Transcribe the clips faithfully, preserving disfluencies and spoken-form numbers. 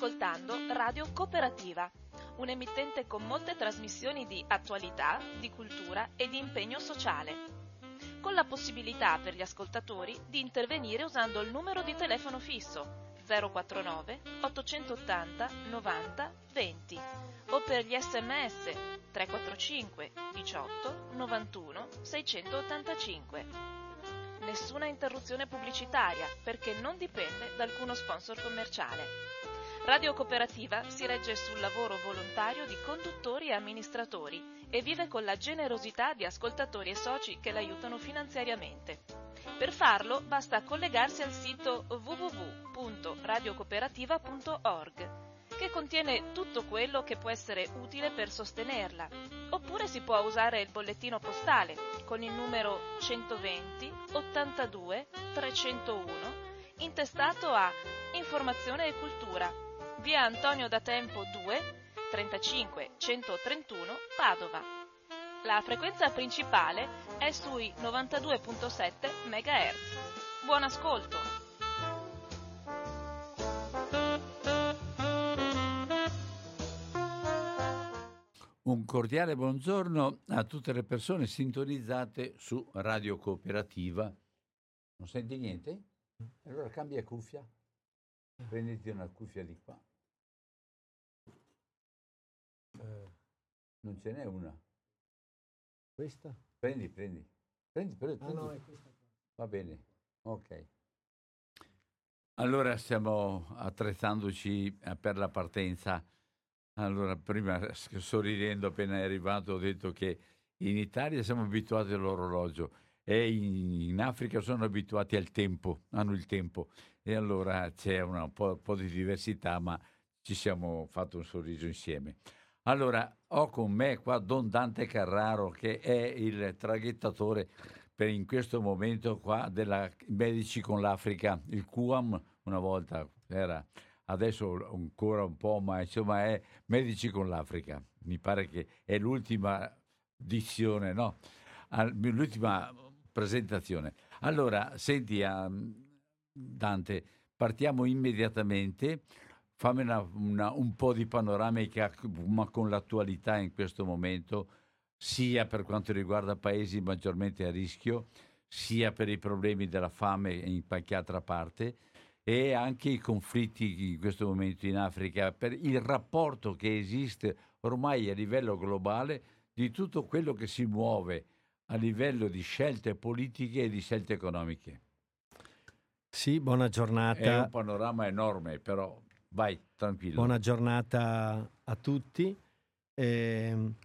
ascoltando Radio Cooperativa, un emittente con molte trasmissioni di attualità, di cultura e di impegno sociale, con la possibilità per gli ascoltatori di intervenire usando il numero di telefono fisso zero quattro nove ottocentottanta novanta venti o per gli sms tre quattro cinque diciotto novantuno seicentottantacinque. Nessuna interruzione pubblicitaria perché non dipende da alcuno sponsor commerciale. Radio Cooperativa si regge sul lavoro volontario di conduttori e amministratori e vive con la generosità di ascoltatori e soci che l'aiutano finanziariamente. Per farlo basta collegarsi al sito w w w punto radiocooperativa punto org, che contiene tutto quello che può essere utile per sostenerla, oppure si può usare il bollettino postale con il numero centoventi ottantadue trecentouno intestato a Informazione e Cultura, via Antonio da Tempo due, trentacinque centotrentuno Padova. La frequenza principale è sui novantadue virgola sette megahertz. Buon ascolto! Un cordiale buongiorno a tutte le persone sintonizzate su Radio Cooperativa. Non senti niente? Allora cambia cuffia. Prenditi una cuffia di qua. Eh, non ce n'è una. Questa? Prendi, prendi. Prendi, prendi. Ah no, è questa qua. Va bene, ok. Allora stiamo attrezzandoci per la partenza. Allora, prima sorridendo appena è arrivato ho detto che in Italia siamo abituati all'orologio e in, in Africa sono abituati al tempo, hanno il tempo. E allora c'è una, un, po', un po' di diversità, ma ci siamo fatto un sorriso insieme. Allora, ho con me qua Don Dante Carraro, che è il traghettatore per in questo momento qua della Medici con l'Africa, il Q A M una volta era, adesso ancora un po', ma insomma è Medici con l'Africa. Mi pare che è l'ultima dizione, no? L'ultima presentazione. Allora, senti, um, Dante, partiamo immediatamente. Fammi una, una, un po' di panoramica, ma con l'attualità in questo momento, sia per quanto riguarda paesi maggiormente a rischio, sia per i problemi della fame in qualche altra parte, e anche i conflitti in questo momento in Africa, per il rapporto che esiste ormai a livello globale di tutto quello che si muove a livello di scelte politiche e di scelte economiche. Sì, buona giornata. È un panorama enorme, però vai, tranquillo. Buona giornata a tutti. Ehm,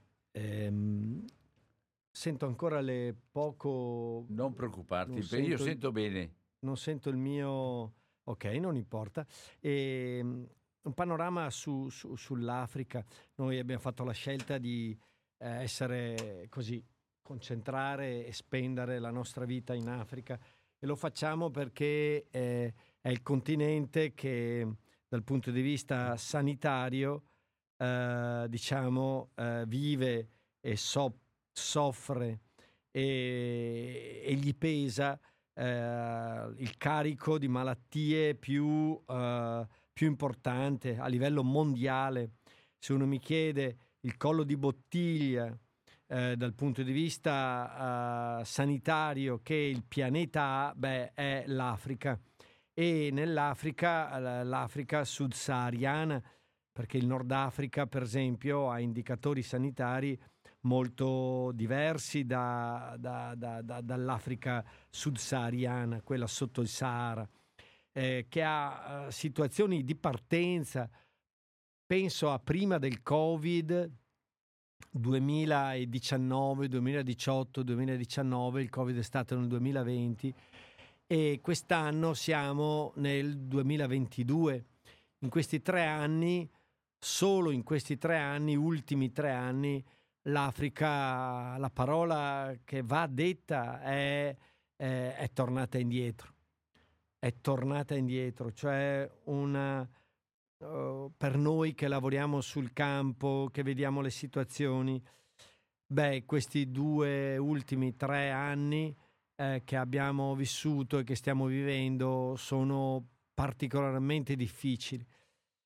ehm, sento ancora le poco... Non preoccuparti, non perché io sento, sento bene. Non sento il mio... Ok, non importa. Ehm, un panorama su, su, sull'Africa. Noi abbiamo fatto la scelta di eh, essere così, concentrare e spendere la nostra vita in Africa, e lo facciamo perché eh, è il continente che dal punto di vista sanitario eh, diciamo eh, vive e so, soffre e, e gli pesa eh, il carico di malattie più, eh, più importante a livello mondiale. Se uno mi chiede il collo di bottiglia eh, dal punto di vista eh, sanitario che il pianeta ha, beh, è l'Africa. E nell'Africa, l'Africa sub-sahariana, perché il Nord Africa, per esempio, ha indicatori sanitari molto diversi da, da, da, da, dall'Africa sub-sahariana, quella sotto il Sahara, eh, che ha uh, situazioni di partenza, penso a prima del Covid, duemiladiciannove, duemiladiciotto, duemiladiciannove, il Covid è stato nel duemilaventi, e quest'anno siamo nel duemilaventidue. In questi tre anni, solo in questi tre anni, ultimi tre anni, l'Africa, la parola che va detta è, è, è tornata indietro. È tornata indietro, cioè una, uh, per noi che lavoriamo sul campo, che vediamo le situazioni, beh, questi due ultimi tre anni eh, che abbiamo vissuto e che stiamo vivendo sono particolarmente difficili.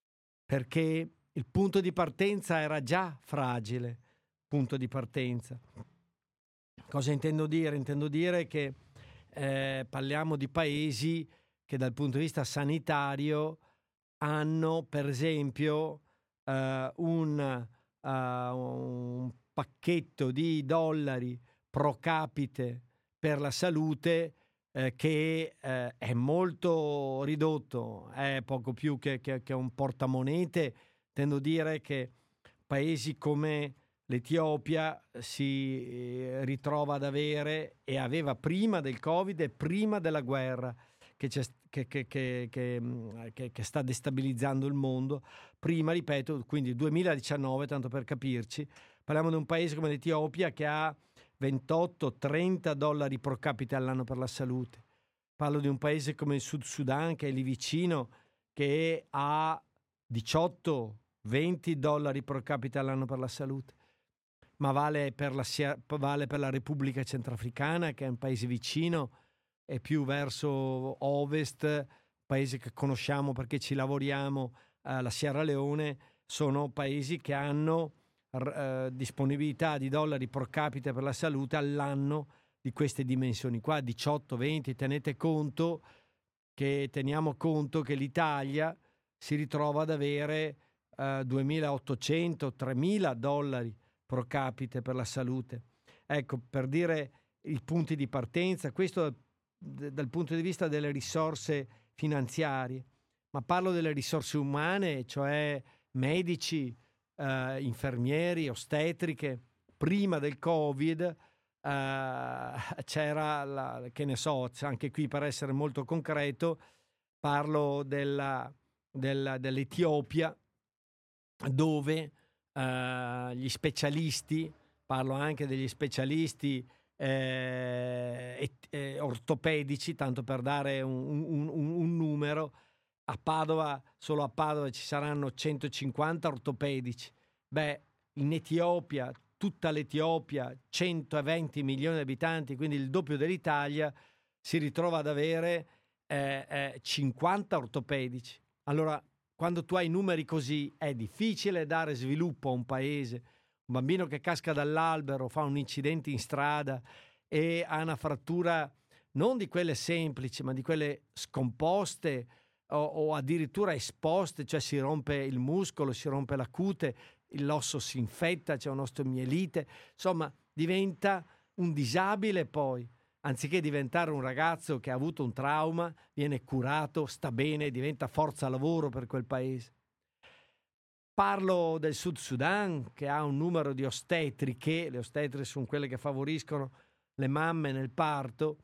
perché il punto di partenza era già fragile, punto di partenza. Cosa intendo dire? Intendo dire che eh, parliamo di paesi che dal punto di vista sanitario hanno, per esempio, eh, un, uh, un pacchetto di dollari pro capite per la salute eh, che eh, è molto ridotto, è poco più che, che, che un portamonete. Intendo dire che paesi come l'Etiopia si ritrova ad avere, e aveva prima del Covid e prima della guerra che, c'è, che, che, che, che, che sta destabilizzando il mondo, prima, ripeto, quindi duemiladiciannove, tanto per capirci, parliamo di un paese come l'Etiopia che ha ventotto trenta dollari pro capite all'anno per la salute. Parlo di un paese come il Sud Sudan, che è lì vicino, che ha diciotto venti dollari pro capite all'anno per la salute. Ma vale per la, vale per la Repubblica Centrafricana, che è un paese vicino e più verso ovest, paesi che conosciamo perché ci lavoriamo, eh, la Sierra Leone. Sono paesi che hanno eh, disponibilità di dollari pro capite per la salute all'anno di queste dimensioni qua, diciotto venti. Tenete conto che teniamo conto che l'Italia si ritrova ad avere eh, duemilaottocento tremila dollari pro capite per la salute. Ecco, per dire i punti di partenza, questo dal, dal punto di vista delle risorse finanziarie, ma parlo delle risorse umane, cioè medici, eh, infermieri, ostetriche. Prima del Covid eh, c'era, la, che ne so, anche qui per essere molto concreto, parlo della, della, dell'Etiopia, dove Uh, gli specialisti, parlo anche degli specialisti eh, et, eh, ortopedici, tanto per dare un, un, un, un numero, a Padova, solo a Padova ci saranno centocinquanta ortopedici. Beh, in Etiopia, tutta l'Etiopia, centoventi milioni di abitanti, quindi il doppio dell'Italia, si ritrova ad avere eh, eh, cinquanta ortopedici. Allora, quando tu hai numeri così è difficile dare sviluppo a un paese. Un bambino che casca dall'albero, fa un incidente in strada e ha una frattura non di quelle semplici, ma di quelle scomposte o, o addirittura esposte, cioè si rompe il muscolo, si rompe la cute, l'osso si infetta, c'è un'osteomielite, insomma diventa un disabile poi. Anziché diventare un ragazzo che ha avuto un trauma, viene curato, sta bene, diventa forza lavoro per quel paese. Parlo del Sud Sudan, che ha un numero di ostetriche, le ostetriche sono quelle che favoriscono le mamme nel parto,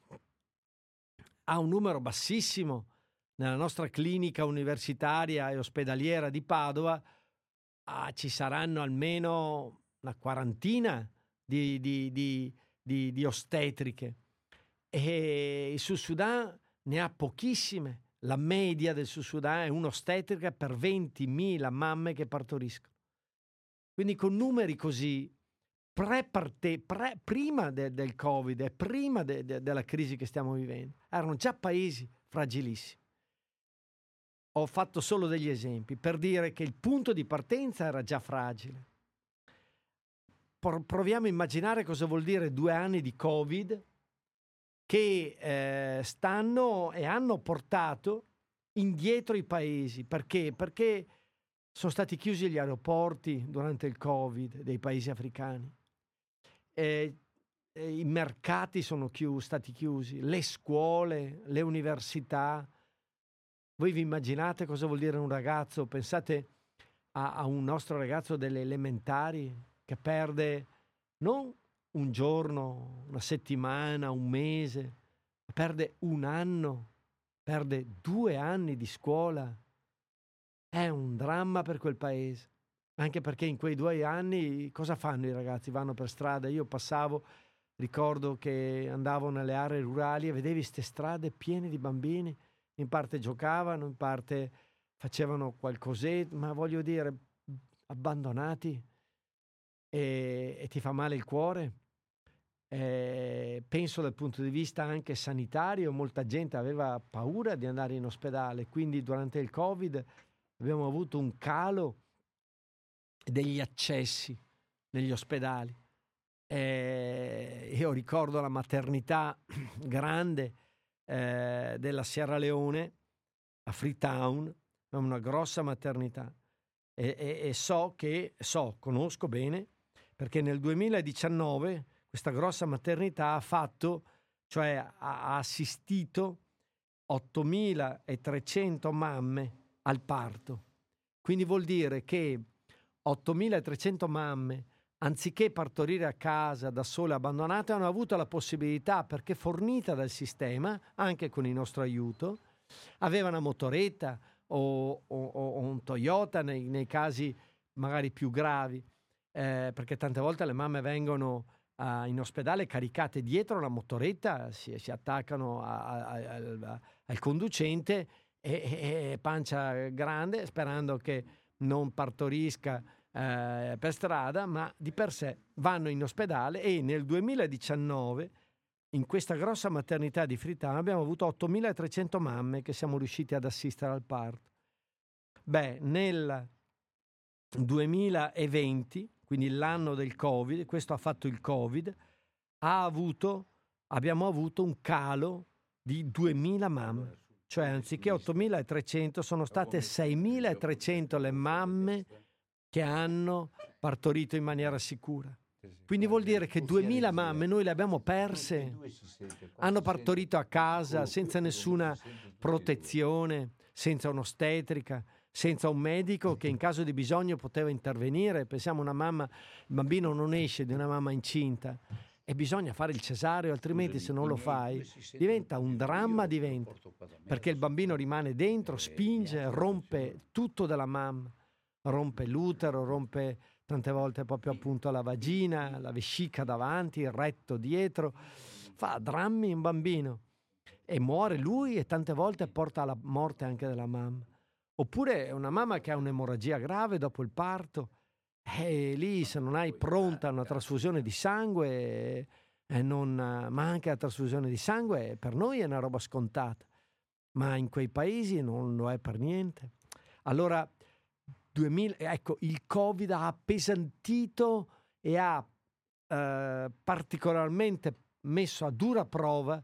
ha un numero bassissimo. Nella nostra clinica universitaria e ospedaliera di Padova ah, ci saranno almeno una quarantina di, di, di, di, di ostetriche. E il Sud Sudan ne ha pochissime. La media del Sud Sudan è un'ostetrica per ventimila mamme che partoriscono. Quindi con numeri così, pre parte, pre, prima de, del Covid e prima de, de, della crisi che stiamo vivendo, erano già paesi fragilissimi. Ho fatto solo degli esempi per dire che il punto di partenza era già fragile. Proviamo a immaginare cosa vuol dire due anni di Covid che eh, stanno e hanno portato indietro i paesi. Perché? Perché sono stati chiusi gli aeroporti durante il Covid dei paesi africani, eh, eh, i mercati sono chiusi, stati chiusi, le scuole, le università. Voi vi immaginate cosa vuol dire un ragazzo? Pensate a, a un nostro ragazzo delle elementari che perde non un giorno, una settimana, un mese, perde un anno, perde due anni di scuola. È un dramma per quel paese, anche perché in quei due anni cosa fanno i ragazzi? Vanno per strada. Io passavo, ricordo che andavo nelle aree rurali e vedevi queste strade piene di bambini, in parte giocavano, in parte facevano qualcos'altro, ma voglio dire, abbandonati, e, e ti fa male il cuore. Eh, penso dal punto di vista anche sanitario, molta gente aveva paura di andare in ospedale, quindi durante il Covid abbiamo avuto un calo degli accessi negli ospedali. Eh, io ricordo la maternità grande eh, della Sierra Leone a Freetown, una grossa maternità, e, e, e so che, so, conosco bene, perché nel duemiladiciannove questa grossa maternità ha fatto, cioè ha, ha assistito ottomilatrecento mamme al parto. Quindi vuol dire che ottomilatrecento mamme, anziché partorire a casa da sole abbandonate, hanno avuto la possibilità, perché fornita dal sistema, anche con il nostro aiuto, aveva una motoretta o, o, o un Toyota nei, nei casi magari più gravi, eh, perché tante volte le mamme vengono uh, in ospedale caricate dietro la motoretta, si, si attaccano a, a, a, a, al conducente e, e pancia grande, sperando che non partorisca eh, per strada, ma di per sé vanno in ospedale. E nel duemiladiciannove in questa grossa maternità di Freetown abbiamo avuto ottomilatrecento mamme che siamo riusciti ad assistere al parto. Beh, nel duemilaventi, quindi l'anno del Covid, questo ha fatto il Covid, ha avuto, abbiamo avuto un calo di duemila mamme. Cioè, anziché ottomilatrecento, sono state seimilatrecento le mamme che hanno partorito in maniera sicura. Quindi vuol dire che duemila mamme noi le abbiamo perse, hanno partorito a casa senza nessuna protezione, senza un'ostetrica, senza un medico che in caso di bisogno poteva intervenire. Pensiamo a una mamma, il bambino non esce di una mamma incinta e bisogna fare il cesareo, altrimenti se non lo fai diventa un dramma, diventa, perché il bambino rimane dentro, spinge, rompe tutto della mamma, rompe l'utero, rompe tante volte proprio appunto la vagina, la vescica davanti, il retto dietro, fa drammi un bambino e muore lui e tante volte porta alla morte anche della mamma. Oppure una mamma che ha un'emorragia grave dopo il parto, e lì se non hai pronta una trasfusione di sangue, eh, non, ma anche la trasfusione di sangue per noi è una roba scontata, ma in quei paesi non lo è per niente. Allora duemila, ecco, il Covid ha appesantito e ha eh, particolarmente messo a dura prova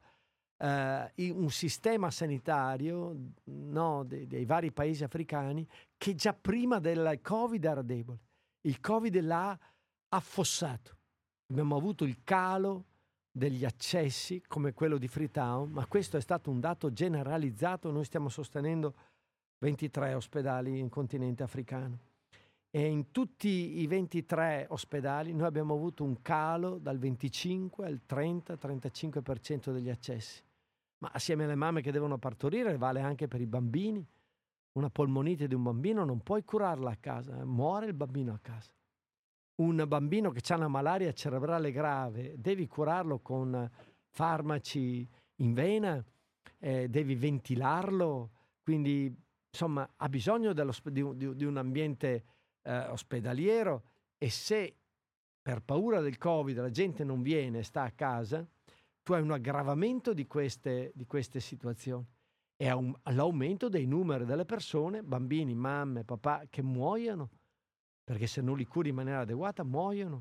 eh, un sistema sanitario, no, dei, dei vari paesi africani, che già prima del Covid era debole. Il Covid l'ha affossato. Abbiamo avuto il calo degli accessi come quello di Freetown, ma questo è stato un dato generalizzato. Noi stiamo sostenendo ventitré ospedali in continente africano e in tutti i ventitré ospedali noi abbiamo avuto un calo dal venticinque al trenta trentacinque per cento degli accessi. Ma assieme alle mamme che devono partorire vale anche per i bambini. Una polmonite di un bambino non puoi curarla a casa, eh? Muore il bambino a casa. Un bambino che ha una malaria cerebrale grave, devi curarlo con farmaci in vena, eh, devi ventilarlo, quindi insomma ha bisogno dello, di, di, di un ambiente eh, ospedaliero, e se per paura del Covid la gente non viene e sta a casa, tu hai un aggravamento di queste, di queste situazioni e un, l'aumento dei numeri delle persone, bambini, mamme, papà, che muoiono, perché se non li curi in maniera adeguata muoiono.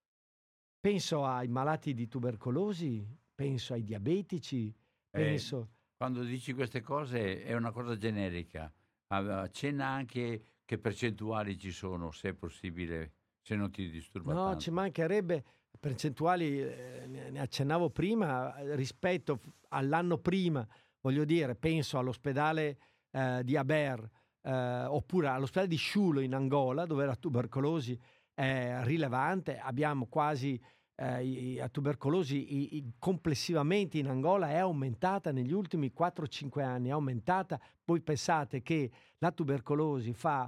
Penso ai malati di tubercolosi, penso ai diabetici, penso... Eh, quando dici queste cose è una cosa generica. Accenna anche che percentuali ci sono, se è possibile, se non ti disturba no, tanto. Ci mancherebbe. Percentuali, eh, ne accennavo prima, rispetto all'anno prima, voglio dire, penso all'ospedale eh, di Aber, eh, oppure all'ospedale di Shulo in Angola, dove la tubercolosi è rilevante. Abbiamo quasi eh, la tubercolosi i, i, complessivamente in Angola è aumentata negli ultimi quattro cinque anni, è aumentata. Voi pensate che la tubercolosi fa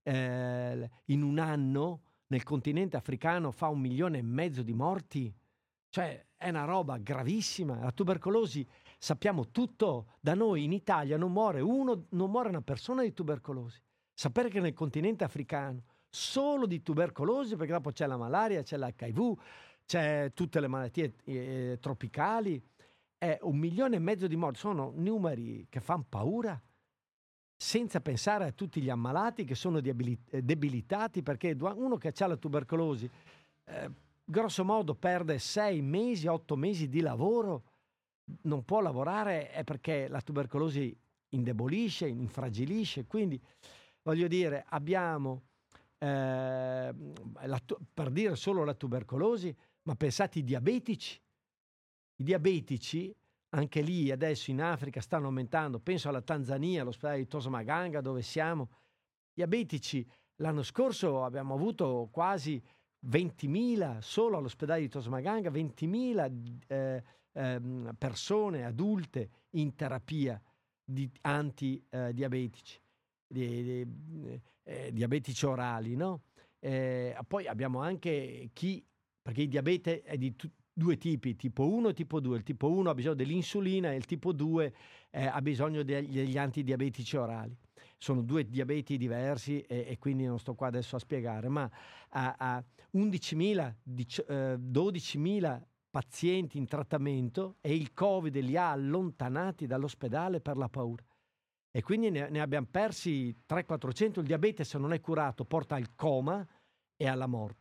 eh, in un anno nel continente africano fa un milione e mezzo di morti, cioè è una roba gravissima. La tubercolosi, sappiamo tutto, da noi in Italia non muore uno, non muore una persona di tubercolosi. Sapere che nel continente africano solo di tubercolosi, perché dopo c'è la malaria, c'è l'H I V, c'è tutte le malattie eh, tropicali, è un milione e mezzo di morti, sono numeri che fanno paura. senza pensare a tutti gli ammalati che sono debilitati, perché uno che ha la tubercolosi eh, grosso modo perde sei mesi, otto mesi di lavoro, non può lavorare, è perché la tubercolosi indebolisce, infragilisce. Quindi voglio dire, abbiamo eh, la, per dire solo la tubercolosi, ma pensate ai diabetici. I diabetici anche lì adesso in Africa stanno aumentando, penso alla Tanzania, all'ospedale di Tosamaganga dove siamo. Diabetici, l'anno scorso abbiamo avuto quasi ventimila, solo all'ospedale di Tosamaganga, ventimila eh, eh, persone adulte in terapia di antidiabetici, di, di, eh, diabetici orali, no? Eh, poi abbiamo anche chi, perché il diabete è di tutti, due tipi, tipo uno e tipo due. Il tipo uno ha bisogno dell'insulina e il tipo due eh, ha bisogno degli, degli antidiabetici orali. Sono due diabeti diversi e, e quindi non sto qua adesso a spiegare, ma a, a undicimila, eh, dodicimila pazienti in trattamento e il Covid li ha allontanati dall'ospedale per la paura. E quindi ne, ne abbiamo persi trecento quattrocento. Il diabete, se non è curato, porta al coma e alla morte.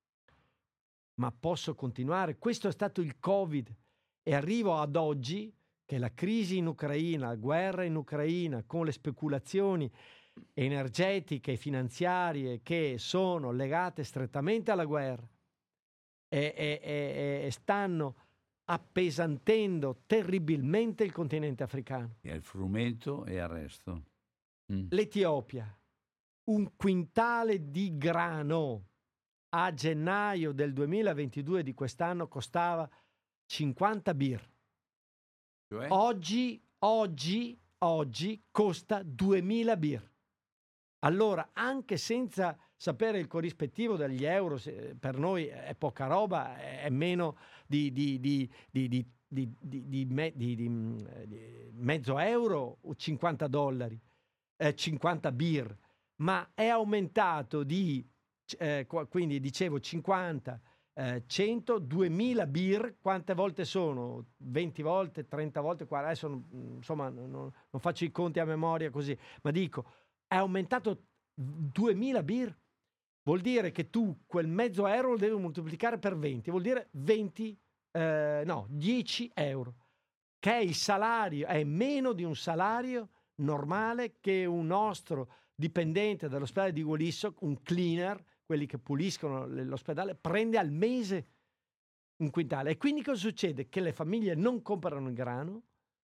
Ma posso continuare? Questo è stato il Covid e arrivo ad oggi che la crisi in Ucraina, la guerra in Ucraina, con le speculazioni energetiche e finanziarie che sono legate strettamente alla guerra e, e, e, e stanno appesantendo terribilmente il continente africano. E il frumento e il resto. Mm. L'Etiopia, un quintale di grano a gennaio del duemilaventidue di quest'anno costava cinquanta birr. Cioè? Oggi, oggi, oggi costa duemila birr. Allora, anche senza sapere il corrispettivo degli euro, per noi è poca roba, è meno di, di, di, di, di, di, di, di, me, di, di, di mezzo euro o cinquanta dollari, eh, cinquanta birr, ma è aumentato di Eh, quindi dicevo cinquanta, eh, cento, duemila birr. Quante volte sono? venti volte, trenta volte, adesso insomma non, non faccio i conti a memoria così, ma dico è aumentato duemila birr. Vuol dire che tu quel mezzo euro lo devi moltiplicare per venti, vuol dire venti, eh, no, dieci euro, che è il salario, è meno di un salario normale che un nostro dipendente dall'ospedale di Golisso, un cleaner, quelli che puliscono l'ospedale, prende al mese un quintale. E quindi cosa succede? Che le famiglie non comprano il grano.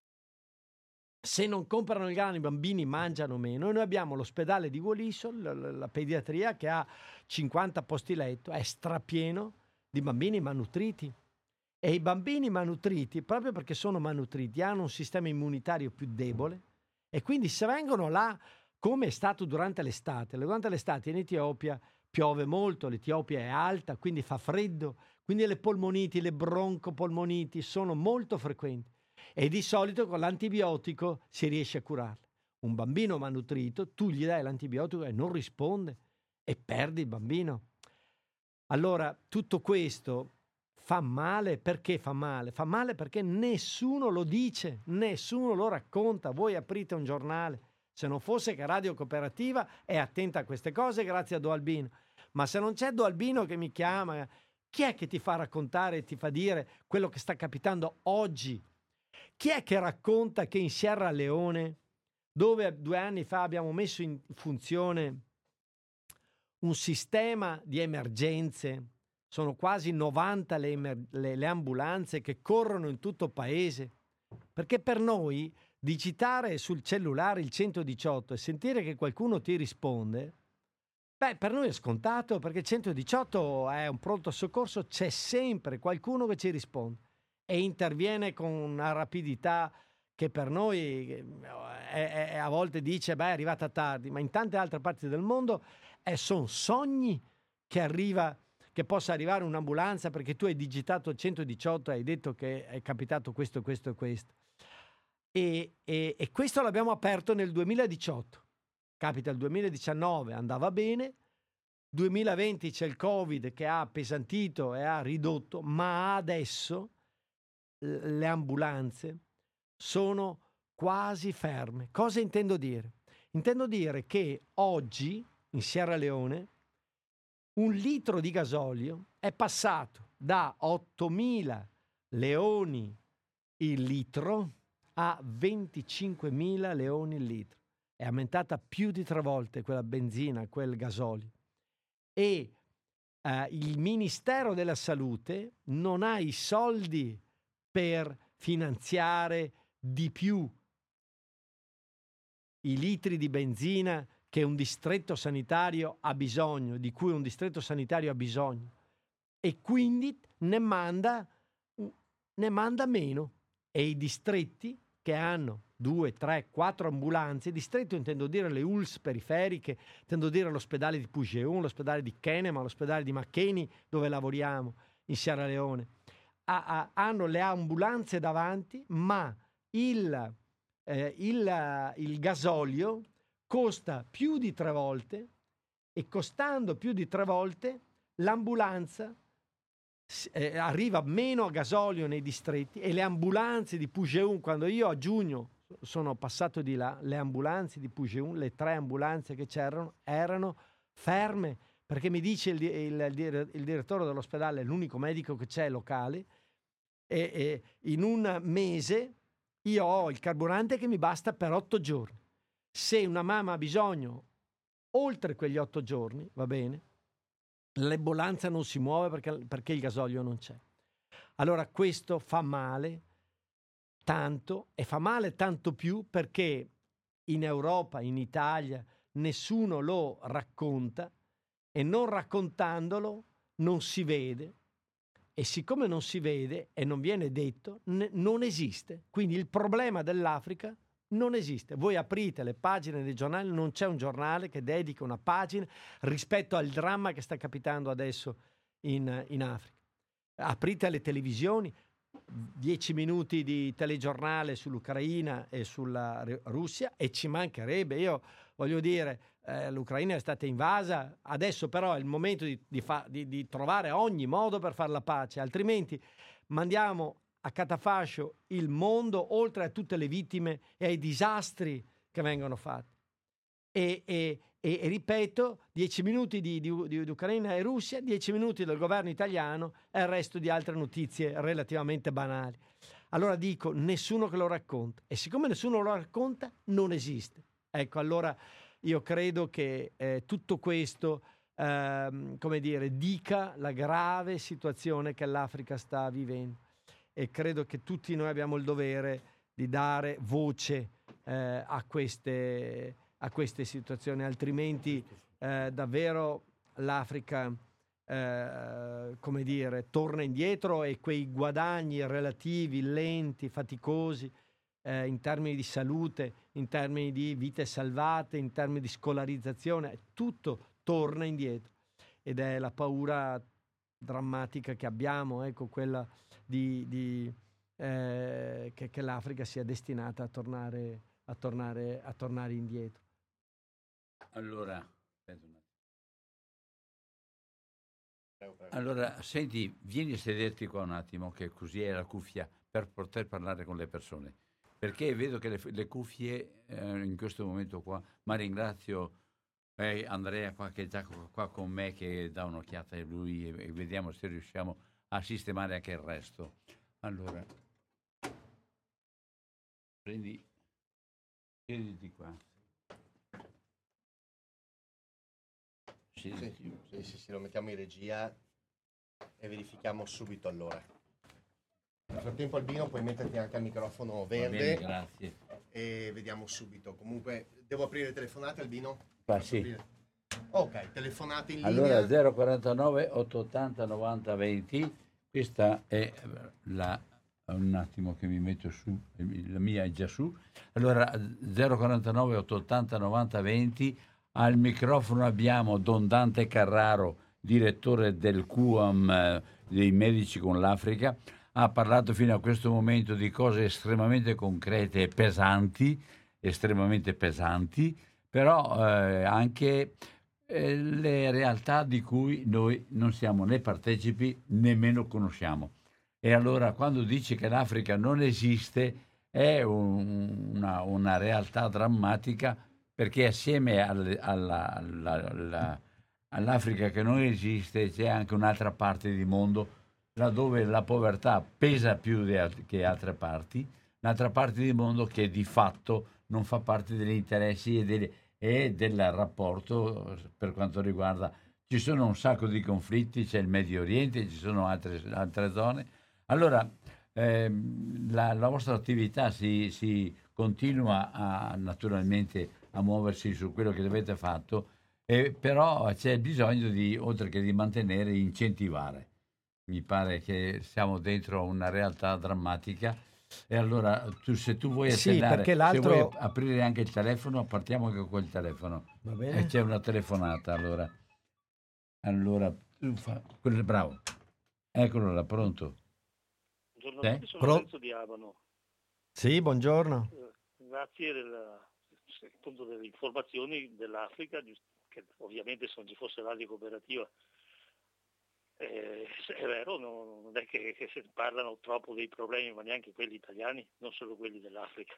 Se non comprano il grano i bambini mangiano meno. E noi abbiamo l'ospedale di Golisso, la, la, la pediatria, che ha cinquanta posti letto, è strapieno di bambini malnutriti. E i bambini malnutriti, proprio perché sono malnutriti, hanno un sistema immunitario più debole e quindi se vengono là, come è stato durante l'estate, durante l'estate in Etiopia piove molto, l'Etiopia è alta, quindi fa freddo, quindi le polmoniti, le broncopolmoniti sono molto frequenti e di solito con l'antibiotico si riesce a curarle. Un bambino malnutrito, tu gli dai l'antibiotico e non risponde e perdi il bambino. Allora, tutto questo fa male. Perché fa male? Fa male perché nessuno lo dice, nessuno lo racconta. Voi aprite un giornale, se non fosse che Radio Cooperativa è attenta a queste cose grazie a Do Albino. Ma se non c'è Do Albino che mi chiama, chi è che ti fa raccontare e ti fa dire quello che sta capitando oggi? Chi è che racconta che in Sierra Leone, dove due anni fa abbiamo messo in funzione un sistema di emergenze, sono quasi novanta le, emer- le, le ambulanze che corrono in tutto il paese, perché per noi digitare sul cellulare il centodiciotto e sentire che qualcuno ti risponde, beh, per noi è scontato, perché il centodiciotto è un pronto soccorso, c'è sempre qualcuno che ci risponde e interviene con una rapidità che per noi è, è, è, a volte dice, beh, è arrivata tardi, ma in tante altre parti del mondo eh, sono sogni che arriva, che possa arrivare un'ambulanza perché tu hai digitato il centodiciotto e hai detto che è capitato questo, questo e questo. E, e, e questo l'abbiamo aperto nel duemiladiciotto. Capita il duemiladiciannove, andava bene, duemilaventi c'è il Covid che ha appesantito e ha ridotto, ma adesso le ambulanze sono quasi ferme. Cosa intendo dire? Intendo dire che oggi in Sierra Leone un litro di gasolio è passato da ottomila leoni il litro a venticinquemila leoni il litro. È aumentata più di tre volte quella benzina, quel gasolio. E eh, il Ministero della Salute non ha i soldi per finanziare di più i litri di benzina che un distretto sanitario ha bisogno, di cui un distretto sanitario ha bisogno, e quindi ne manda, ne manda meno. E i distretti che hanno due, tre, quattro ambulanze, distretto intendo dire le U L S periferiche, intendo dire l'ospedale di Pugeon, l'ospedale di Kenema, l'ospedale di Makeni, dove lavoriamo in Sierra Leone, ha, ha, hanno le ambulanze davanti, ma il, eh, il, il gasolio costa più di tre volte, e costando più di tre volte l'ambulanza eh, arriva meno a gasolio nei distretti, e le ambulanze di Pugeon, quando io a giugno sono passato di là, le ambulanze di Pugeon, le tre ambulanze che c'erano, erano ferme, perché mi dice il, il, il, il direttore dell'ospedale, l'unico medico che c'è locale, e, e in un mese io ho il carburante che mi basta per otto giorni. Se una mamma ha bisogno oltre quegli otto giorni, va bene, l'ambulanza non si muove perché, perché il gasolio non c'è. Allora questo fa male tanto, e fa male tanto più perché in Europa, in Italia, nessuno lo racconta, e non raccontandolo non si vede, e siccome non si vede e non viene detto, ne, non esiste. Quindi il problema dell'Africa non esiste. Voi aprite le pagine dei giornali, non c'è un giornale che dedica una pagina rispetto al dramma che sta capitando adesso in, in Africa. Aprite le televisioni, dieci minuti di telegiornale sull'Ucraina e sulla Russia, e ci mancherebbe. Io voglio dire, eh, l'Ucraina è stata invasa, adesso però è il momento di, di, fa, di, di trovare ogni modo per fare la pace, altrimenti mandiamo a catafascio il mondo, oltre a tutte le vittime e ai disastri che vengono fatti. E, e, e, e ripeto, dieci minuti di, di, di, di Ucraina e Russia, dieci minuti del governo italiano e il resto di altre notizie relativamente banali. Allora dico, nessuno che lo racconta, e siccome nessuno lo racconta, non esiste. Ecco, allora io credo che eh, tutto questo, ehm, come dire, dica la grave situazione che l'Africa sta vivendo. E credo che tutti noi abbiamo il dovere di dare voce eh, a, queste, a queste situazioni, altrimenti eh, davvero l'Africa, eh, come dire, torna indietro, e quei guadagni relativi, lenti, faticosi, eh, in termini di salute, in termini di vite salvate, in termini di scolarizzazione, tutto torna indietro. Ed è la paura drammatica che abbiamo, ecco, quella di, di eh, che, che l'Africa sia destinata a tornare, a tornare, a tornare indietro. Allora, allora, senti, vieni a sederti qua un attimo, che così è la cuffia, per poter parlare con le persone, perché vedo che le, le cuffie eh, in questo momento qua, ma ringrazio eh, Andrea qua, che è già qua con me, che dà un'occhiata a lui, e, e vediamo se riusciamo a sistemare anche il resto. Allora, prendi, siediti qua. Sì, sì, sì, sì, lo mettiamo in regia e verifichiamo subito allora. Nel frattempo, Albino, puoi metterti anche al microfono verde. Bene, grazie. E vediamo subito. Comunque, devo aprire telefonate, Albino? Ah, sì. Aprire? Ok, telefonate in allora, linea. zero quarantanove ottocentottanta novanta venti, questa è la, un attimo che mi metto su, la mia è già su. Allora, zero quarantanove ottocentottanta novanta venti, al microfono abbiamo Don Dante Carraro, direttore del Q U A M eh, dei Medici con l'Africa. Ha parlato fino a questo momento di cose estremamente concrete e pesanti, estremamente pesanti, però eh, anche eh, le realtà di cui noi non siamo né partecipi, nemmeno conosciamo. E allora, quando dice che l'Africa non esiste, è un, una, una realtà drammatica, perché assieme al- alla- alla- alla- all'Africa che non esiste c'è anche un'altra parte di mondo laddove la povertà pesa più di alt- che altre parti, un'altra parte del mondo che di fatto non fa parte degli interessi e, delle- e del rapporto per quanto riguarda. Ci sono un sacco di conflitti, c'è il Medio Oriente, ci sono altre, altre zone. Allora, ehm, la, la vostra attività si, si continua a, naturalmente a muoversi su quello che avete fatto, e però c'è bisogno di, oltre che di mantenere, incentivare. Mi pare che siamo dentro una realtà drammatica. E allora, tu, se tu vuoi Sì, accennare, perché se vuoi l'altro... aprire anche il telefono, partiamo anche con il telefono. Va E bene? c'è una telefonata, allora. Allora, tu fa... quello è bravo. Eccolo là, pronto? Buongiorno a Sì? tutti, sono Pro- Lorenzo di Abano. Sì, buongiorno. Eh, Grazie del- appunto delle informazioni dell'Africa, giust- che ovviamente se non ci fosse radio cooperativa. Eh, è vero, no- non è che, che si parlano troppo dei problemi, ma neanche quelli italiani, non solo quelli dell'Africa.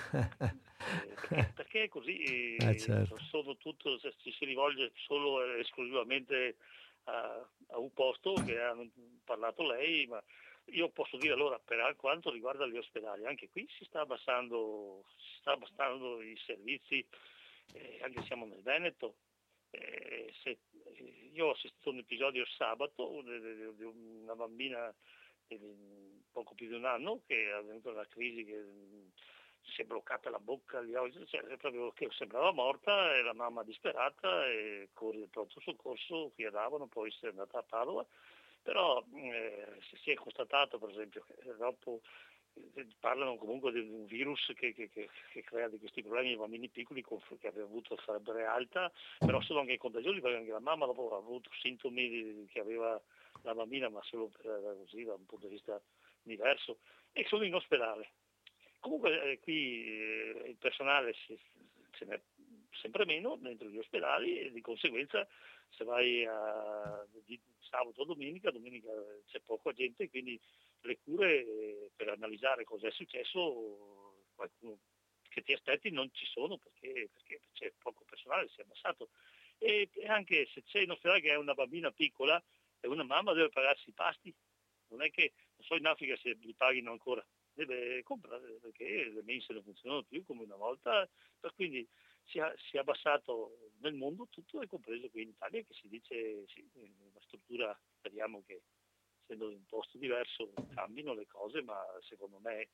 Eh, perché, perché è così, Eh, eh, certo. sono tutto, se ci si rivolge solo e esclusivamente a, a un posto che ha parlato lei, ma io posso dire allora per quanto riguarda gli ospedali, anche qui si sta abbassando, si sta abbassando i servizi, eh, anche siamo nel Veneto. Eh, se, eh, io ho assistito a un episodio sabato di una bambina di poco più di un anno che ha avuto una crisi che mh, si è bloccata la bocca, gli occhi, cioè, proprio che sembrava morta, e la mamma disperata e corre il pronto soccorso qui a Davano, poi si è andata a Padova, però eh, si si è constatato per esempio che dopo eh, parlano comunque di un virus che, che, che, che crea di questi problemi ai bambini piccoli con, che aveva avuto febbre alta, però sono anche contagiosi perché anche la mamma dopo ha avuto sintomi di- che aveva la bambina, ma solo per, così da un punto di vista diverso, e sono in ospedale. Comunque eh, qui eh, il personale si, ce n'è sempre meno dentro gli ospedali e di conseguenza se vai a di sabato o domenica, domenica c'è poca gente, quindi le cure eh, per analizzare cosa è successo, qualcuno che ti aspetti non ci sono perché, perché c'è poco personale, si è abbassato. E, e anche se c'è in ospedale che è una bambina piccola e una mamma deve pagarsi i pasti, non è che, non so in Africa se li paghino ancora, deve comprare perché le mense non funzionano più come una volta, per quindi si è, si è abbassato nel mondo tutto, e compreso qui in Italia, che si dice sì, la struttura, speriamo che essendo in un posto diverso cambino le cose, ma secondo me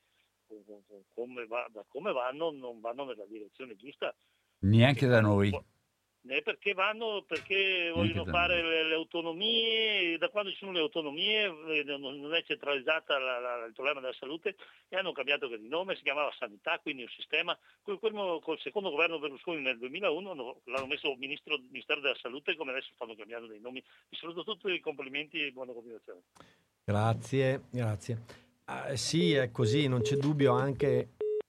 come va, da come vanno non vanno nella direzione giusta. Neanche da Quando, noi. né perché vanno, perché Neanche vogliono da fare noi. le, le autonomie, da quando ci sono le autonomie eh, non, non è centralizzata la, la, il problema della salute, e hanno cambiato di nome, si chiamava sanità, quindi un sistema, col, col secondo governo Berlusconi nel duemilauno no, l'hanno messo ministro, Ministero della Salute, come adesso stanno cambiando dei nomi. Vi saluto tutti, i complimenti e buona continuazione. Grazie, grazie. Ah, sì, è così, non c'è dubbio anche,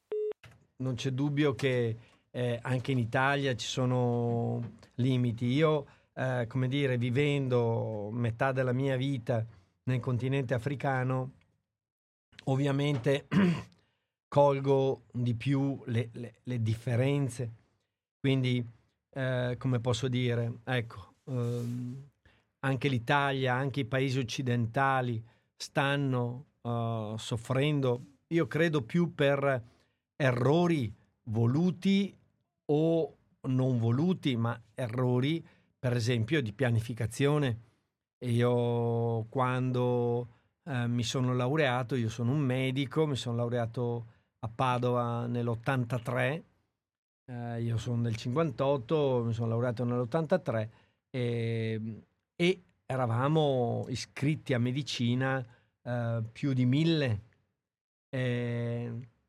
non c'è dubbio che eh, anche in Italia ci sono limiti. Io, eh, come dire, vivendo metà della mia vita nel continente africano, ovviamente colgo di più le, le- le differenze. Quindi, eh, come posso dire, ecco, ehm, anche l'Italia, anche i paesi occidentali stanno eh, soffrendo, io credo più per errori voluti o non voluti, ma errori, per esempio, di pianificazione. E io quando eh, mi sono laureato, io sono un medico, mi sono laureato a Padova nell'ottantatré, eh, io sono del cinquantotto, mi sono laureato nell'ottantatré e, e eravamo iscritti a medicina eh, più di mille. Eh,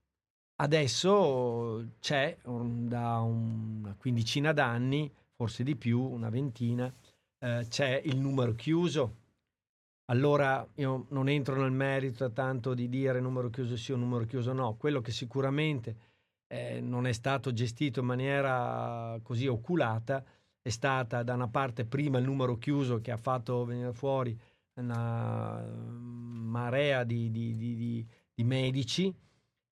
adesso c'è um, da una quindicina d'anni, forse di più, una ventina, eh, c'è il numero chiuso. Allora io non entro nel merito tanto di dire numero chiuso sì o numero chiuso no, quello che sicuramente eh, non è stato gestito in maniera così oculata è stata da una parte prima il numero chiuso che ha fatto venire fuori una marea di, di, di, di, di medici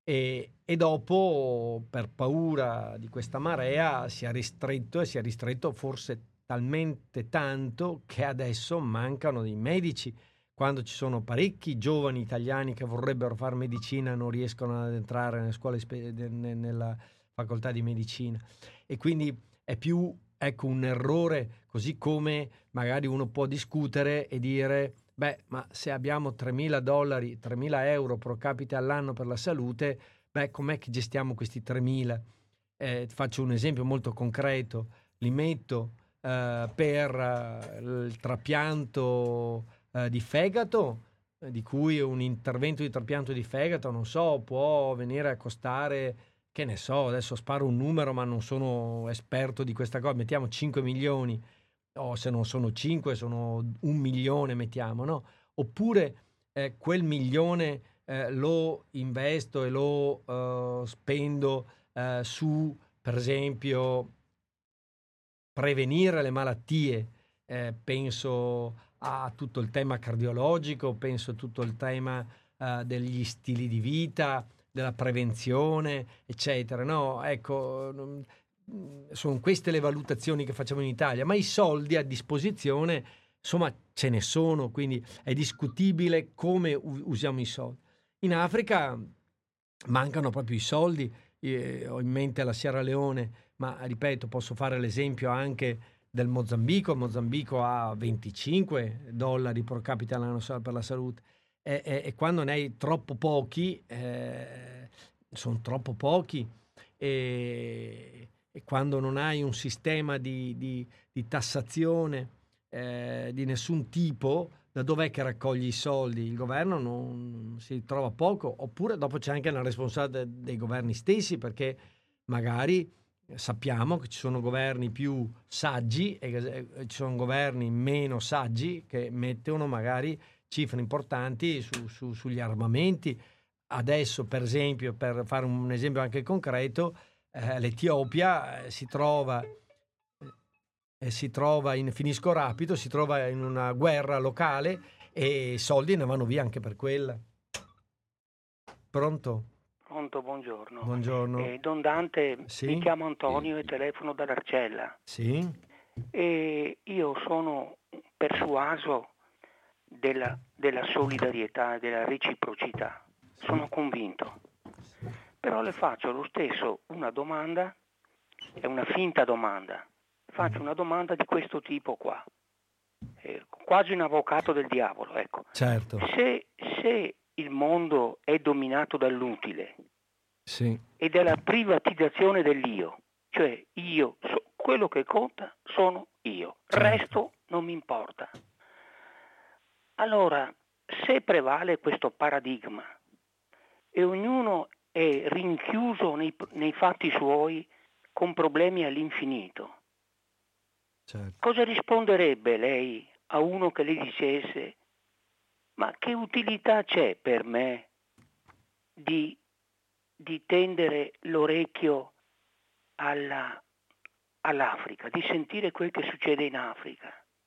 e, e dopo, per paura di questa marea, si è ristretto e si è ristretto forse talmente tanto che adesso mancano dei medici. Quando ci sono parecchi giovani italiani che vorrebbero fare medicina e non riescono ad entrare nelle scuole spe- nella facoltà di medicina, e quindi è più, ecco, un errore, così come magari uno può discutere e dire beh, ma se abbiamo tremila dollari, tremila euro pro capite all'anno per la salute, beh, com'è che gestiamo questi tremila? Eh, faccio un esempio molto concreto, li metto eh, per eh, il trapianto eh, di fegato, eh, di cui un intervento di trapianto di fegato, non so, può venire a costare, che ne so, adesso sparo un numero ma non sono esperto di questa cosa, mettiamo cinque milioni, o se non sono cinque sono un milione, mettiamo, no? Oppure eh, quel milione eh, lo investo e lo eh, spendo eh, su, per esempio, prevenire le malattie, eh, penso a tutto il tema cardiologico, penso a tutto il tema eh, degli stili di vita, della prevenzione, eccetera. No, ecco, non- sono queste le valutazioni che facciamo in Italia, ma i soldi a disposizione, insomma, ce ne sono, quindi è discutibile come u- usiamo i soldi. In Africa mancano proprio i soldi, eh, ho in mente la Sierra Leone, ma ripeto, posso fare l'esempio anche del Mozambico. Il Mozambico ha venticinque dollari pro capite all'anno per la salute, e, e, e quando ne hai troppo pochi, eh, sono troppo pochi, e, e quando non hai un sistema di, di, di tassazione eh, di nessun tipo, da dov'è che raccogli i soldi? Il governo non si trova poco, oppure dopo c'è anche la responsabilità dei governi stessi, perché magari sappiamo che ci sono governi più saggi e che ci sono governi meno saggi che mettono magari cifre importanti su, su, sugli armamenti. Adesso, per esempio, per fare un esempio anche concreto, eh, l'Etiopia eh, si trova eh, si trova in, finisco rapido, si trova in una guerra locale e i soldi ne vanno via anche per quella. Pronto? Pronto, buongiorno. Buongiorno. Eh, Don Dante, Sì? mi chiamo Antonio e telefono dall'Arcella. Sì? E io sono persuaso della, della solidarietà e della reciprocità. Sono convinto. Però le faccio lo stesso una domanda, è una finta domanda. Faccio una domanda di questo tipo qua. Eh, quasi un avvocato del diavolo, ecco. Certo. Se, se il mondo è dominato dall'utile, Sì. e dalla privatizzazione dell'io, cioè io, so, quello che conta sono io, il Certo. resto non mi importa. Allora, se prevale questo paradigma e ognuno è rinchiuso nei, nei fatti suoi con problemi all'infinito, Certo. cosa risponderebbe lei a uno che le dicesse: ma che utilità c'è per me di, di tendere l'orecchio alla, all'Africa, di sentire quel che succede in Africa?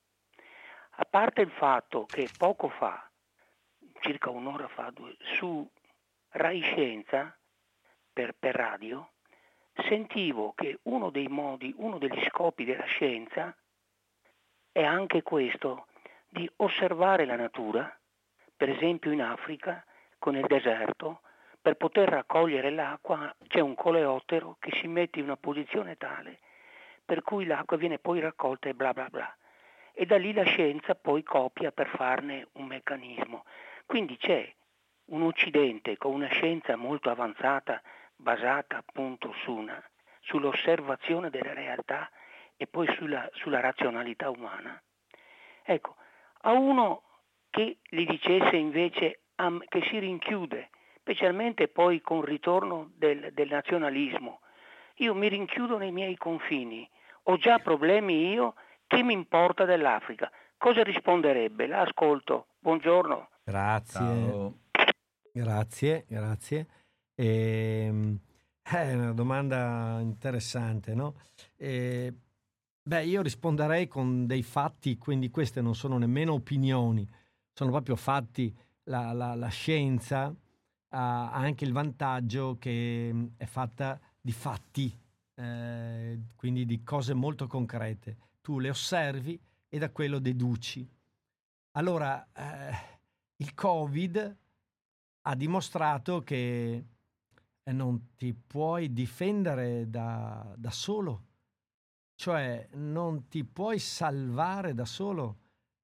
A parte il fatto che poco fa, circa un'ora fa, su Rai Scienza, per, per radio, sentivo che uno dei modi, uno degli scopi della scienza è anche questo, di osservare la natura, per esempio in Africa, con il deserto, per poter raccogliere l'acqua c'è un coleottero che si mette in una posizione tale per cui l'acqua viene poi raccolta e bla bla bla. E da lì la scienza poi copia per farne un meccanismo. Quindi c'è un Occidente con una scienza molto avanzata, basata appunto su una, sull'osservazione della realtà e poi sulla, sulla razionalità umana. Ecco, a uno che gli dicesse invece um, che si rinchiude, specialmente poi con il ritorno del, del nazionalismo, io mi rinchiudo nei miei confini, ho già problemi io, che mi importa dell'Africa? Cosa risponderebbe? L'ascolto. Buongiorno. Grazie. Ciao. Grazie, grazie. Ehm, è una domanda interessante, no? Eh, beh, io risponderei con dei fatti, quindi queste non sono nemmeno opinioni, sono proprio fatti. La, la, la scienza ha anche il vantaggio che è fatta di fatti, eh, quindi di cose molto concrete. Tu le osservi e da quello deduci. Allora, eh, il Covid ha dimostrato che non ti puoi difendere da, da solo, cioè non ti puoi salvare da solo.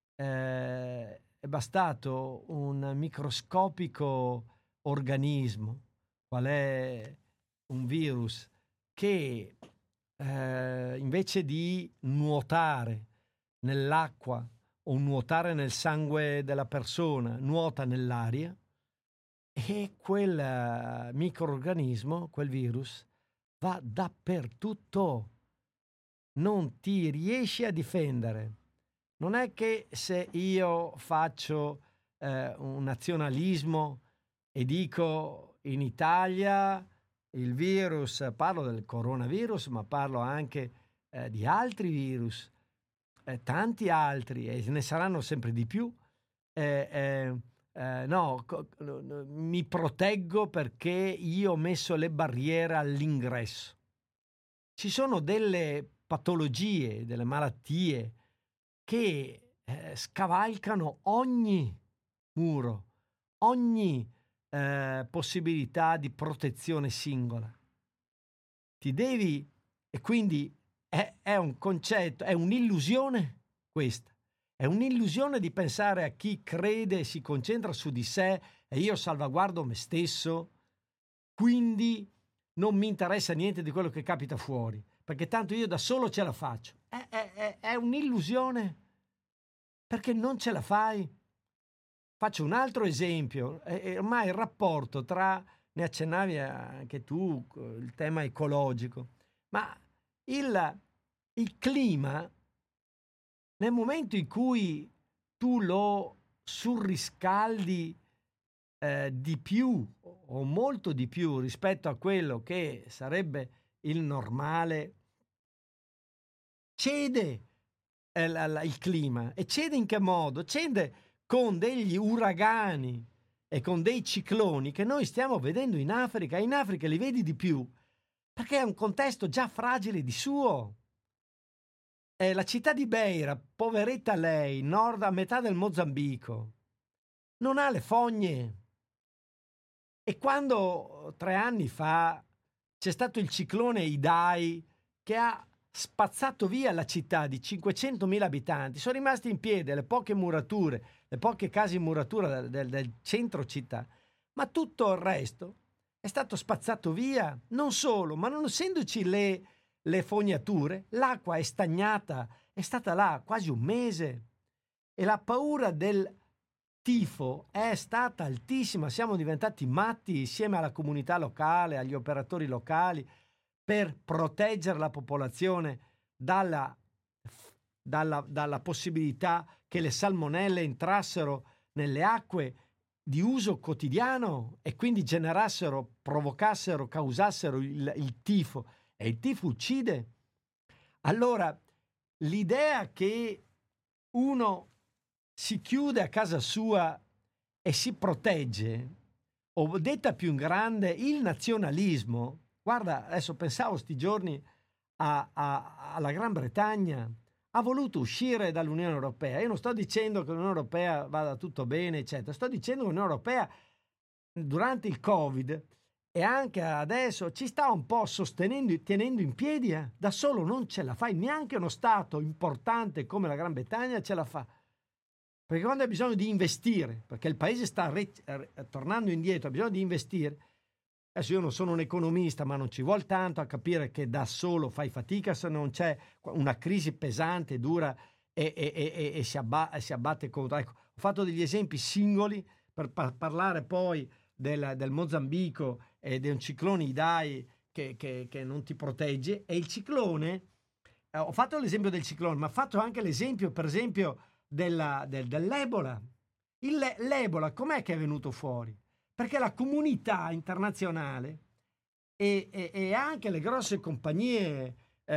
Eh, è bastato un microscopico organismo, qual è un virus, che eh, invece di nuotare nell'acqua o nuotare nel sangue della persona, nuota nell'aria, e quel uh, microorganismo, quel virus, va dappertutto. Non ti riesci a difendere. Non è che se io faccio eh, un nazionalismo e dico in Italia il virus, parlo del coronavirus, ma parlo anche eh, di altri virus, eh, tanti altri, e ne saranno sempre di più. Eh, eh, eh, no, co- mi proteggo perché io ho messo le barriere all'ingresso. Ci sono delle patologie, delle malattie che eh, scavalcano ogni muro, ogni eh, possibilità di protezione singola. Ti devi, e quindi è, è un concetto, è un'illusione questa. È un'illusione di pensare a chi crede e si concentra su di sé e io salvaguardo me stesso, quindi non mi interessa niente di quello che capita fuori, perché tanto io da solo ce la faccio. È, è, è, è un'illusione, perché non ce la fai. Faccio un altro esempio. È ormai il rapporto tra, ne accennavi anche tu, il tema ecologico, ma il, il clima, nel momento in cui tu lo surriscaldi eh, di più o molto di più rispetto a quello che sarebbe il normale, cede eh, la, la, il clima. E cede in che modo? Cede con degli uragani e con dei cicloni che noi stiamo vedendo in Africa. In Africa li vedi di più perché è un contesto già fragile di suo. Eh, la città di Beira, poveretta lei, nord a metà del Mozambico, non ha le fogne. E quando tre anni fa c'è stato il ciclone Idai che ha spazzato via la città di cinquecentomila abitanti, sono rimasti in piedi le poche murature, le poche case in muratura del, del, del centro città, ma tutto il resto è stato spazzato via. Non solo, ma non essendoci le, le fognature, l'acqua è stagnata, è stata là quasi un mese e la paura del tifo è stata altissima. Siamo diventati matti insieme alla comunità locale, agli operatori locali, per proteggere la popolazione dalla, dalla, dalla possibilità che le salmonelle entrassero nelle acque di uso quotidiano e quindi generassero, provocassero, causassero il, il tifo. E il tifo uccide. Allora, l'idea che uno si chiude a casa sua e si protegge, o detta più in grande, il nazionalismo. Guarda, adesso pensavo sti giorni a, a, alla Gran Bretagna, ha voluto uscire dall'Unione Europea. Io non sto dicendo che l'Unione Europea vada tutto bene, eccetera. Sto dicendo che l'Unione Europea durante il Covid e anche adesso ci sta un po' sostenendo e tenendo in piedi. Eh. Da solo non ce la fai, neanche uno Stato importante come la Gran Bretagna ce la fa. Perché quando hai bisogno di investire, perché il paese sta re- tornando indietro, ha bisogno di investire. Adesso io non sono un economista, ma non ci vuole tanto a capire che da solo fai fatica se non c'è una crisi pesante, dura e, e, e, e si, abba- si abbatte contro. Ecco, ho fatto degli esempi singoli per par- parlare poi del, del Mozambico e di un ciclone Idai che, che, che non ti protegge. E il ciclone, eh, ho fatto l'esempio del ciclone, ma ho fatto anche l'esempio, per esempio, della, del, dell'Ebola. Il, l'Ebola com'è che è venuto fuori? Perché la comunità internazionale e, e, e anche le grosse compagnie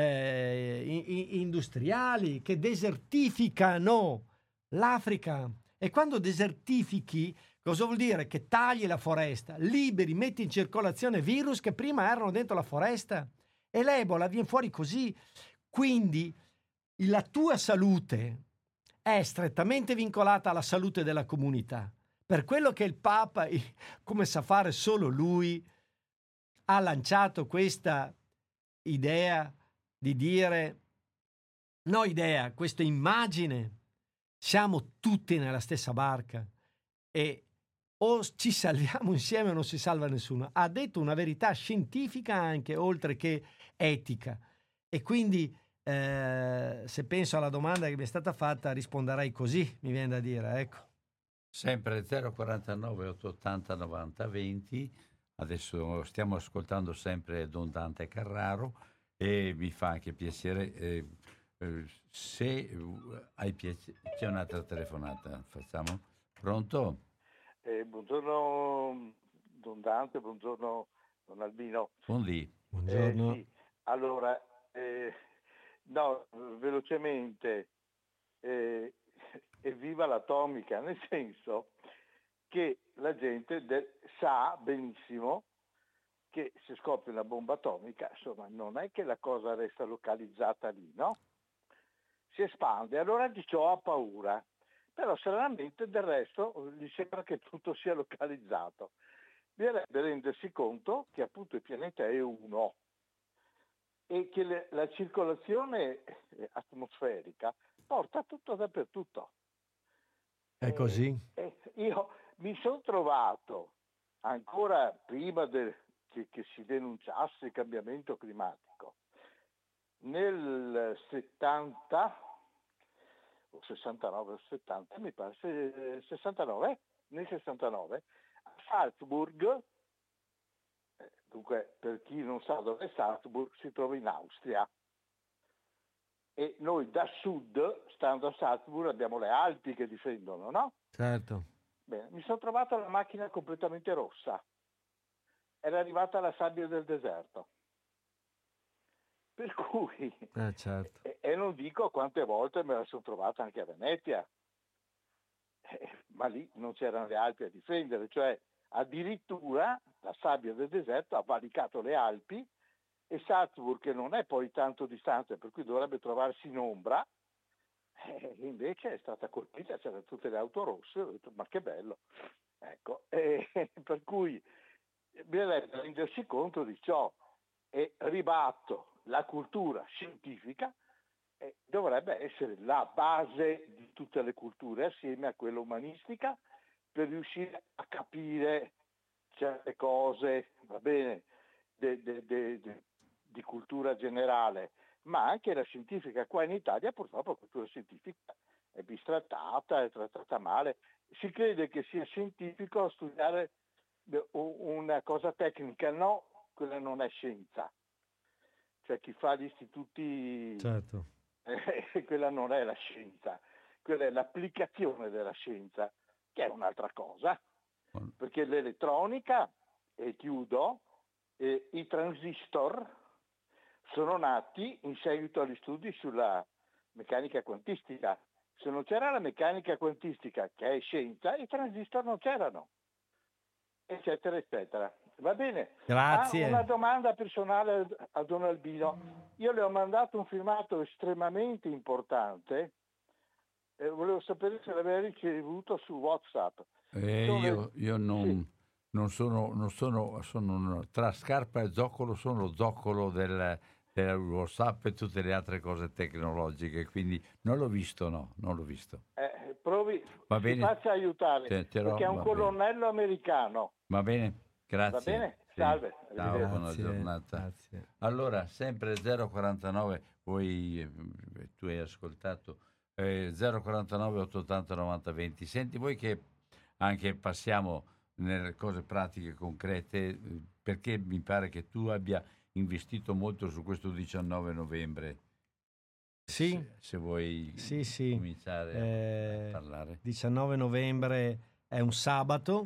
eh, industriali che desertificano l'Africa, e quando desertifichi Cosa vuol dire? Che tagli la foresta, liberi, metti in circolazione virus che prima erano dentro la foresta, e l'Ebola viene fuori così. Quindi la tua salute è strettamente vincolata alla salute della comunità. Per quello che il Papa, come sa fare solo lui, ha lanciato questa idea di dire, no idea, questa immagine, siamo tutti nella stessa barca e o ci salviamo insieme o non si salva nessuno. Ha detto una verità scientifica anche, oltre che etica. E quindi eh, se penso alla domanda che mi è stata fatta, risponderei così, mi viene da dire, ecco. Sempre zero quarantanove ottocentottanta novanta venti. Adesso stiamo ascoltando sempre Don Dante Carraro e mi fa anche piacere, eh, eh, se hai piacere, c'è un'altra telefonata, facciamo? Pronto? Eh, buongiorno Don Dante, buongiorno Don Albino. Buondì. Buongiorno. Eh, sì. Allora, eh, no, velocemente, eh, evviva l'atomica, nel senso che la gente de- sa benissimo che se scoppia una bomba atomica, insomma, non è che la cosa resta localizzata lì, no? Si espande, allora di ciò ha paura. Però stranamente del resto gli sembra che tutto sia localizzato. Bisognerebbe rendersi conto che appunto il pianeta è uno e che le, la circolazione atmosferica porta tutto dappertutto. È così? Eh, eh, io mi sono trovato, ancora prima del, che, che si denunciasse il cambiamento climatico, nel settanta o sessantanove o settanta, mi pare, sessantanove, nel sessantanove, a Salzburg, eh, dunque per chi non sa dove è Salzburg, si trova in Austria. E noi da sud, stando a Salzburg, abbiamo le Alpi che difendono, no? Certo. Bene, mi sono trovato la macchina completamente rossa. Era arrivata la sabbia del deserto. Per cui, eh, certo. e, e non dico quante volte me la sono trovata anche a Venezia, eh, ma lì non c'erano le Alpi a difendere, cioè addirittura la sabbia del deserto ha valicato le Alpi e Salzburg, che non è poi tanto distante, per cui dovrebbe trovarsi in ombra, eh, invece è stata colpita, c'erano tutte le auto rosse, ho detto ma che bello, ecco, eh, per cui bisognerebbe rendersi conto di ciò e ribatto. La cultura scientifica eh, dovrebbe essere la base di tutte le culture assieme a quella umanistica per riuscire a capire certe cose, va bene, de, de, de, de, di cultura generale, ma anche la scientifica. Qua in Italia purtroppo la cultura scientifica è bistrattata, è trattata male. Si crede che sia scientifico studiare una cosa tecnica, no, quella non è scienza. Cioè chi fa gli istituti, certo. eh, quella non è la scienza, quella è l'applicazione della scienza, che è un'altra cosa, perché l'elettronica, e chiudo, eh, i transistor sono nati in seguito agli studi sulla meccanica quantistica. Se non c'era la meccanica quantistica, che è scienza, i transistor non c'erano, eccetera, eccetera. Va bene. Grazie. Ah, una domanda personale a Don Albino. Io le ho mandato un filmato estremamente importante, eh, volevo sapere se l'aveva ricevuto su WhatsApp. Eh, Sono... io, io non, sì. non sono, non sono, sono un, tra scarpa e zoccolo sono lo zoccolo del, del WhatsApp e tutte le altre cose tecnologiche, quindi non l'ho visto, no, non l'ho visto. Eh, provi, Va si bene. faccia aiutare, Te, te perché è un colonnello bene. americano. Va bene, grazie. Va bene? Sì. Salve. Ciao, Grazie, buona giornata. Grazie. Allora, sempre zero quarantanove, voi, eh, tu hai ascoltato, eh, zero quarantanove ottocentottanta novanta venti. Senti, voi che anche passiamo nelle cose pratiche, concrete, eh, perché mi pare che tu abbia investito molto su questo diciannove novembre. Sì, se, se vuoi sì, sì. cominciare eh, a parlare. diciannove novembre è un sabato,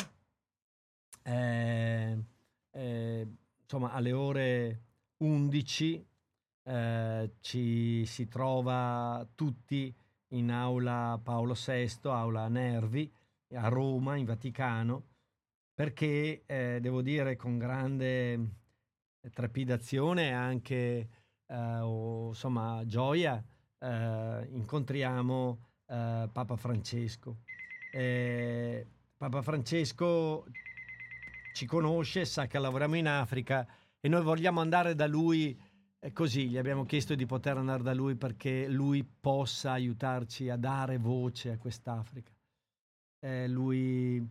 eh, eh, insomma alle ore undici eh, ci si trova tutti in aula Paolo sesto, aula Nervi, a Roma, in Vaticano, perché eh, devo dire con grande trepidazione e anche eh, o, insomma gioia eh, incontriamo eh, Papa Francesco. Eh, Papa Francesco ci conosce, sa che lavoriamo in Africa e noi vogliamo andare da lui eh, così, gli abbiamo chiesto di poter andare da lui perché lui possa aiutarci a dare voce a quest'Africa. Eh, lui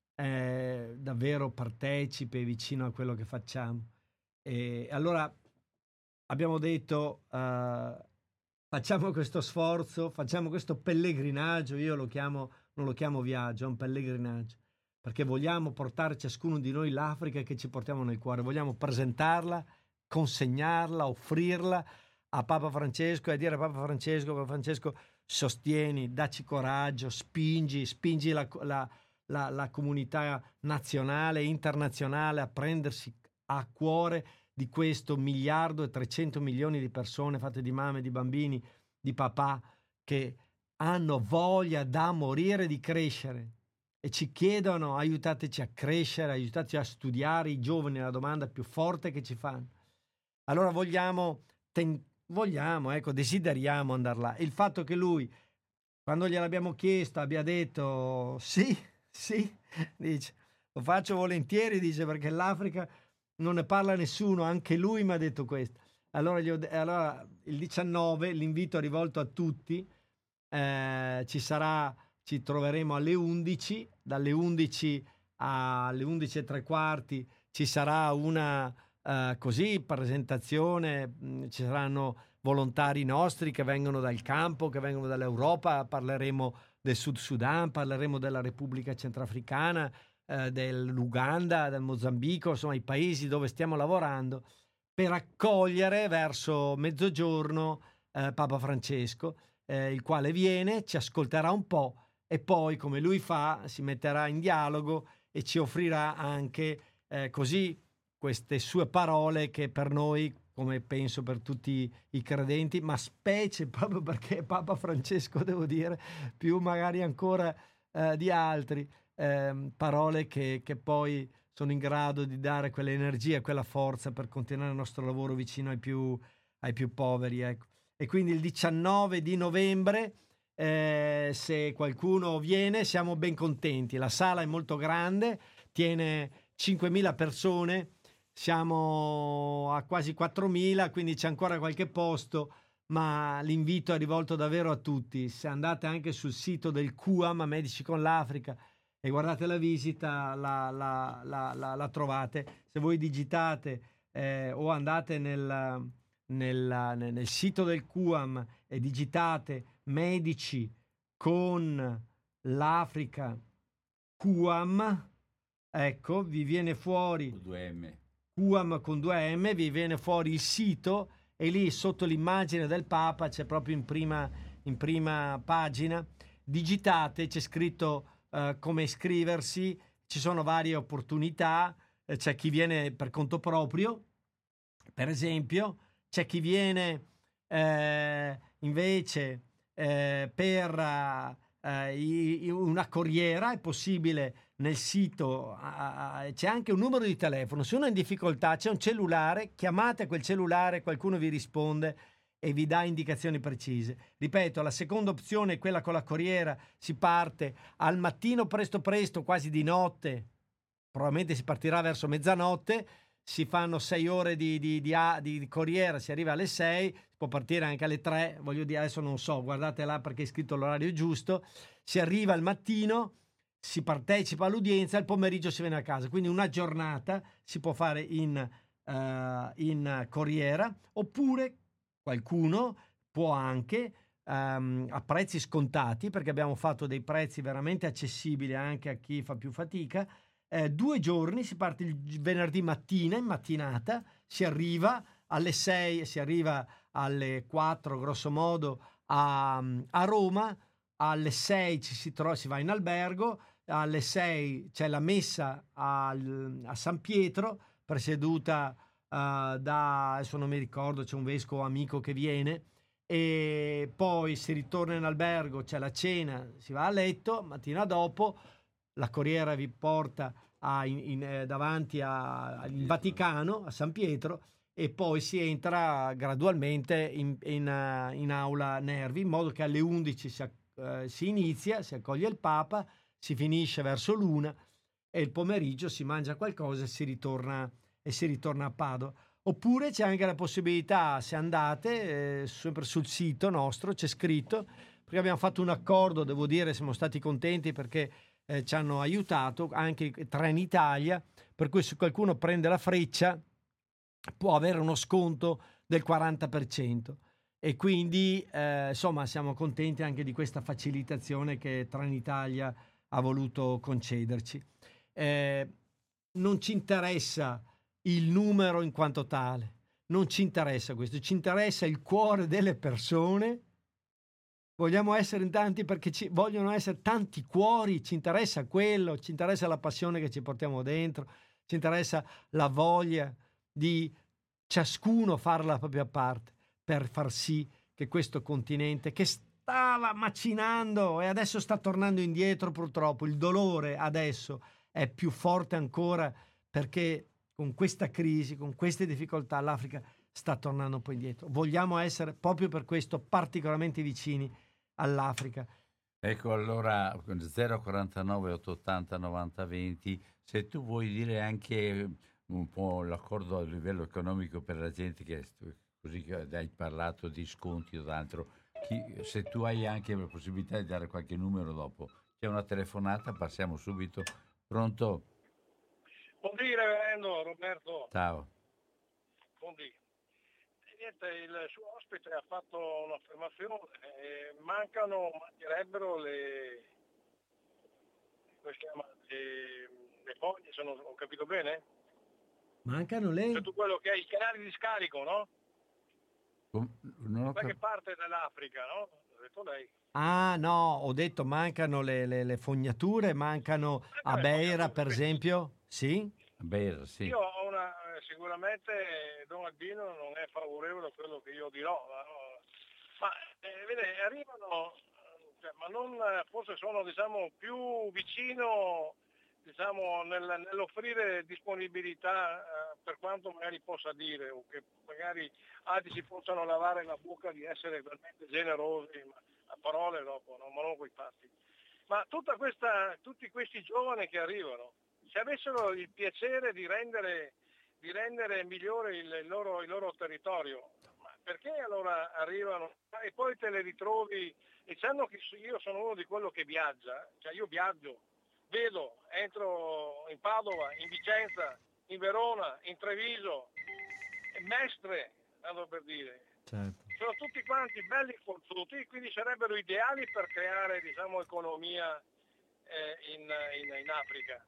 è davvero partecipe, vicino a quello che facciamo. E allora abbiamo detto uh, facciamo questo sforzo, facciamo questo pellegrinaggio, io lo chiamo, non lo chiamo viaggio, è un pellegrinaggio, perché vogliamo portare ciascuno di noi l'Africa che ci portiamo nel cuore, vogliamo presentarla, consegnarla, offrirla a Papa Francesco e dire a Papa Francesco, Papa Francesco sostieni, dacci coraggio, spingi, spingi la, la, la, la comunità nazionale e internazionale a prendersi a cuore di questo miliardo e trecento milioni di persone fatte di mamme, di bambini, di papà che hanno voglia da morire di crescere e ci chiedono aiutateci a crescere, aiutateci a studiare, i giovani è la domanda più forte che ci fanno. Allora vogliamo, ten- vogliamo ecco, desideriamo andare là. Il fatto che lui, quando gliel'abbiamo chiesto, abbia detto sì, sì, dice, lo faccio volentieri, dice, perché l'Africa non ne parla nessuno, anche lui mi ha detto questo. Allora, gli ho de- allora il diciannove l'invito è rivolto a tutti, eh, ci sarà, ci troveremo alle undici, dalle undici alle undici e tre quarti ci sarà una uh, così presentazione, mh, ci saranno volontari nostri che vengono dal campo, che vengono dall'Europa, parleremo del Sud Sudan, parleremo della Repubblica Centrafricana, eh, dell'Uganda, del Mozambico, insomma i paesi dove stiamo lavorando, per accogliere verso mezzogiorno eh, Papa Francesco, eh, il quale viene, ci ascolterà un po' e poi, come lui fa, si metterà in dialogo e ci offrirà anche eh, così queste sue parole che per noi, come penso per tutti i credenti, ma specie proprio perché Papa Francesco, devo dire, più magari ancora eh, di altri, eh, parole che, che poi sono in grado di dare quell'energia, quella forza per continuare il nostro lavoro vicino ai più, ai più poveri. Ecco. E quindi il diciannove di novembre, eh, se qualcuno viene, siamo ben contenti. La sala è molto grande, tiene cinquemila persone, siamo a quasi quattromila, quindi c'è ancora qualche posto, ma l'invito è rivolto davvero a tutti. Se andate anche sul sito del C U A M, Medici con l'Africa, e guardate la visita, la, la, la, la, la trovate. Se voi digitate eh, o andate nel, nel, nel sito del C U A M e digitate Medici con l'Africa C U A M, ecco, vi viene fuori due M. C U A M con due M, vi viene fuori il sito e lì sotto l'immagine del Papa c'è proprio in prima, in prima pagina, digitate, c'è scritto uh, come iscriversi, ci sono varie opportunità, eh, c'è chi viene per conto proprio, per esempio, c'è chi viene eh, invece eh, per uh, una corriera, è possibile. Nel sito uh, c'è anche un numero di telefono, se uno è in difficoltà c'è un cellulare, chiamate quel cellulare, qualcuno vi risponde e vi dà indicazioni precise. Ripeto, la seconda opzione è quella con la corriera, si parte al mattino presto presto, quasi di notte, probabilmente si partirà verso mezzanotte, si fanno sei ore di, di, di, di, di corriera, si arriva alle sei, si può partire anche alle tre, voglio dire, adesso non so, guardate là perché è scritto l'orario giusto, si arriva al mattino, si partecipa all'udienza, il pomeriggio si viene a casa, quindi una giornata si può fare in, uh, in corriera, oppure qualcuno può anche um, a prezzi scontati, perché abbiamo fatto dei prezzi veramente accessibili anche a chi fa più fatica, eh, due giorni, si parte il venerdì mattina, in mattinata, si arriva alle sei, si arriva alle quattro grosso modo a, a Roma, alle sei ci si, trova, si va in albergo, alle sei c'è la messa al, a San Pietro, presieduta uh, da, adesso non mi ricordo, c'è un vescovo amico che viene, e poi si ritorna in albergo, c'è la cena, si va a letto, mattina dopo la corriera vi porta a, in, in, eh, davanti al Vaticano, a San Pietro, e poi si entra gradualmente in, in, uh, in aula Nervi, in modo che alle undici si, uh, si inizia, si accoglie il Papa, si finisce verso l'una e il pomeriggio si mangia qualcosa e si ritorna, e si ritorna a Padova. Oppure c'è anche la possibilità, se andate, eh, sempre sul sito nostro c'è scritto, perché abbiamo fatto un accordo, devo dire, siamo stati contenti perché eh, ci hanno aiutato anche Trenitalia, per cui se qualcuno prende la Freccia può avere uno sconto del quaranta per cento, e quindi eh, insomma siamo contenti anche di questa facilitazione che Trenitalia ha voluto concederci. Eh, non ci interessa il numero in quanto tale, non ci interessa questo, ci interessa il cuore delle persone. Vogliamo essere in tanti perché ci vogliono essere tanti cuori, ci interessa quello, ci interessa la passione che ci portiamo dentro, ci interessa la voglia di ciascuno fare la propria parte per far sì che questo continente che stava macinando e adesso sta tornando indietro, purtroppo il dolore adesso è più forte ancora, perché con questa crisi, con queste difficoltà, l'Africa sta tornando un po' indietro. Vogliamo essere proprio per questo particolarmente vicini all'Africa. Ecco, allora zero quarantanove ottocentottanta novanta venti, se tu vuoi dire anche un po' l'accordo a livello economico per la gente, che così che hai parlato di sconti o d'altro, chi, se tu hai anche la possibilità di dare qualche numero dopo. C'è una telefonata, passiamo subito. Pronto? Buondì reverendo Roberto. Ciao. Buondì. Niente, il suo ospite ha fatto un'affermazione, eh, mancano, mancherebbero le, come si chiama, le, le foglie, se non ho capito bene? Mancano le... Tutto quello che è i canali di scarico, no? Non ho Qualche cap- parte dell'Africa, no? L'ha detto lei. Ah no, ho detto mancano le, le, le fognature, mancano a Beira per esempio, sì? Beira, sì. Io ho una, sicuramente Don Albino non è favorevole a quello che io dirò, ma, ma eh, vede, arrivano, cioè, ma non, forse sono diciamo più vicino diciamo nel, nell'offrire disponibilità eh, per quanto magari possa dire, o che magari altri si possano lavare la bocca di essere veramente generosi, ma a parole dopo, no? Ma non coi fatti. Ma tutta questa, tutti questi giovani che arrivano, se avessero il piacere di rendere, di rendere migliore il, il, loro, il loro territorio, ma perché allora arrivano e poi te le ritrovi e sanno che io sono uno di quello che viaggia, cioè io viaggio, vedo, entro in Padova, in Vicenza, in Verona, in Treviso, Mestre, tanto per dire. Certo. Sono tutti quanti belli forzuti, quindi sarebbero ideali per creare diciamo economia eh, in, in, in Africa.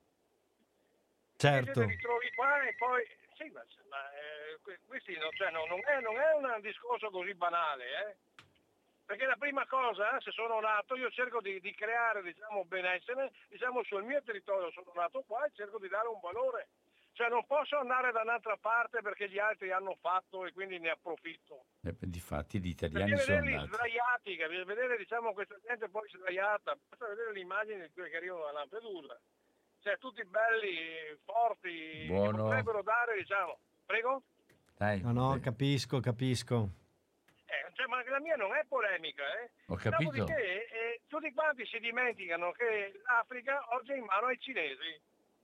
Certo. E li ritrovi qua e poi sì, ma, ma eh, questi no, cioè, no, non, è, non è un discorso così banale, eh? Perché la prima cosa, se sono nato, io cerco di, di creare diciamo benessere, diciamo sul mio territorio sono nato qua e cerco di dare un valore. Cioè non posso andare da un'altra parte perché gli altri hanno fatto e quindi ne approfitto. Eh, difatti gli italiani perché sono vederli andati. sdraiati, vedere diciamo questa gente poi sdraiata, basta vedere le immagini di quelli che arrivano da Lampedusa. Cioè tutti belli, forti, Buono. che potrebbero dare, diciamo. Prego? Dai, No, no, vabbè. capisco, capisco. Eh, cioè, ma la mia non è polemica, eh. Ho capito. Dopodiché eh, tutti quanti si dimenticano che l'Africa oggi è in mano ai cinesi.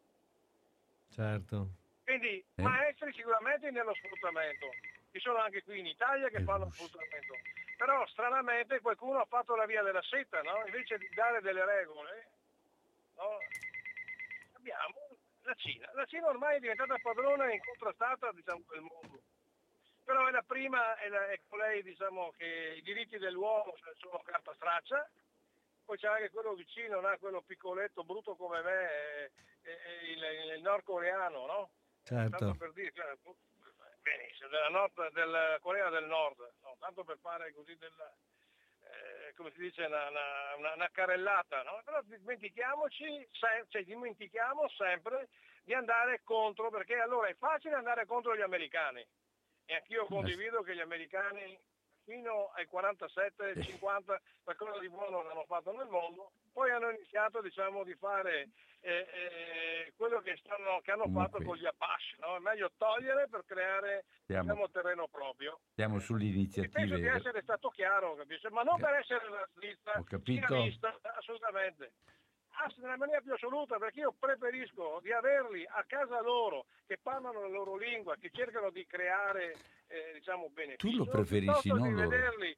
Certo. Quindi Eh? maestri sicuramente nello sfruttamento. Ci sono anche qui in Italia che Eh, fanno sfruttamento. Però stranamente qualcuno ha fatto la via della seta, no? Invece di dare delle regole, no? Abbiamo la Cina. La Cina ormai è diventata padrona incontrastata, diciamo, del mondo. Però è la prima, è, la, è lei, diciamo, che i diritti dell'uomo sono carta straccia. Poi c'è anche quello vicino, no? Quello piccoletto, brutto come me, è, è, è il, il nordcoreano, no? Certo. Tanto per dire, cioè, benissimo, della, nord, della Corea del Nord, no? Tanto per fare così della, eh, come si dice, una, una, una carrellata, no? Però dimentichiamoci, se, cioè, dimentichiamo sempre di andare contro, perché allora è facile andare contro gli americani, e anch'io condivido che gli americani fino ai quarantasette cinquanta qualcosa di buono l'hanno fatto nel mondo, poi hanno iniziato diciamo di fare eh, eh, quello che, stanno, che hanno Comunque. fatto con gli Apache, no? È meglio togliere per creare Siamo, diciamo, terreno proprio. siamo E penso sull'iniziative. di essere stato chiaro, capisci? Ma non Ca- per essere razzista, Ho capito. schiavista, assolutamente. Ah, nella maniera più assoluta, perché io preferisco di averli a casa loro, che parlano la loro lingua, che cercano di creare eh, diciamo beneficio. Tu lo preferisci, piuttosto non di loro. vederli.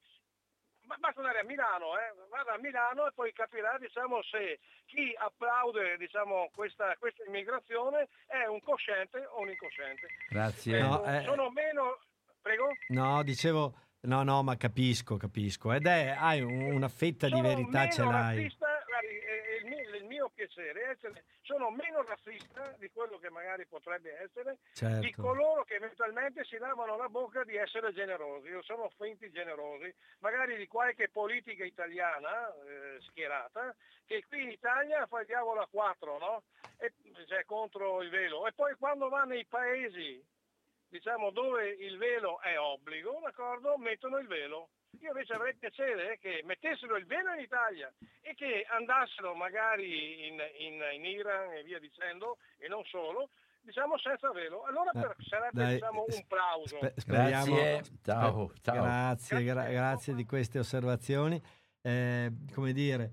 Ma basta andare a Milano, eh? Vada a Milano e poi capirà diciamo, se chi applaude diciamo, questa, questa immigrazione è un cosciente o un incosciente. Grazie. Ecco, No, eh, sono meno... Prego? No, dicevo, no, no, ma capisco, capisco. Ed è, hai un- una fetta di Sono verità, ce meno l'hai. razzista, guardi, è- è il, mio, il mio piacere è essere, sono meno razzista di quello che magari potrebbe essere, di Certo. coloro che eventualmente si lavano la bocca di essere generosi. Io sono finti generosi, magari di qualche politica italiana eh, schierata, che qui in Italia fa il diavolo a quattro, no? E, cioè contro il velo. E poi quando va nei paesi diciamo dove il velo è obbligo, d'accordo, mettono il velo. Io invece avrei piacere che mettessero il velo in Italia e che andassero magari in, in, in Iran e via dicendo, e non solo, diciamo senza velo. Allora per, sarebbe Dai, diciamo un plauso. Spe- speriamo, Grazie. Ciao, spe- ciao. Grazie, gra- grazie di queste osservazioni. Eh, come dire,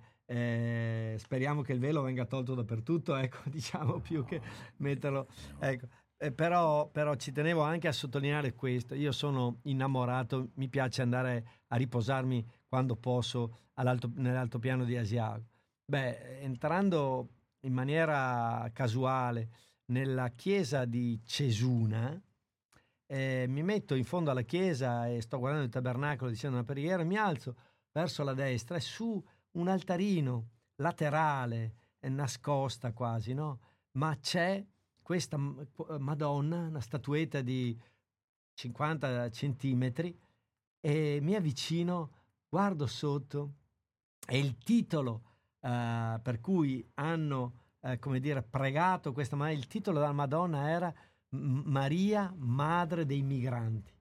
eh, speriamo che il velo venga tolto dappertutto, ecco, diciamo più che metterlo. Ecco. Eh, però, però ci tenevo anche a sottolineare questo. Io sono innamorato, mi piace andare a riposarmi quando posso all'alto, nell'altopiano di Asiago. Beh, entrando in maniera casuale nella chiesa di Cesuna, eh, mi metto in fondo alla chiesa e sto guardando il tabernacolo dicendo una preghiera, mi alzo verso la destra e su un altarino laterale, eh, nascosta quasi, no? Ma c'è questa Madonna, una statuetta di cinquanta centimetri, e mi avvicino, guardo sotto e il titolo uh, per cui hanno, uh, come dire, pregato questa Madonna, il titolo della Madonna era M- Maria, Madre dei Migranti,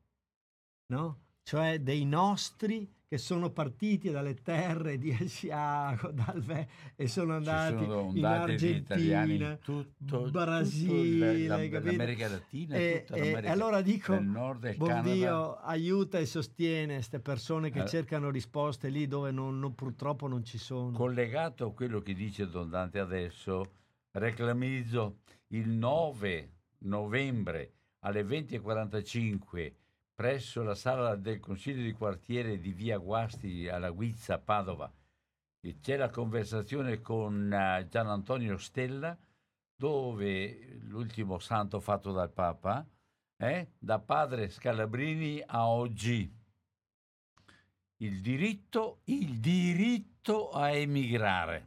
no? Cioè dei nostri che sono partiti dalle terre di Asiago dal Ve- e sono andati sono in andati gli italiani Argentina, in tutto, Brasile, tutto hai la- capito? l'America Latina, E, tutta e- l'America e allora dico, del Nord e il buon Canada. Dio, aiuta e sostiene queste persone che Eh. cercano risposte lì dove non, non- purtroppo non ci sono. Collegato a quello che dice Don Dante adesso, reclamizzo il nove novembre alle venti e quarantacinque presso la sala del Consiglio di quartiere di Via Guasti alla Guizza, Padova. E c'è la conversazione con uh, Gian Antonio Stella, dove l'ultimo santo fatto dal Papa, eh, da padre Scalabrini a oggi. Il diritto, il diritto a emigrare.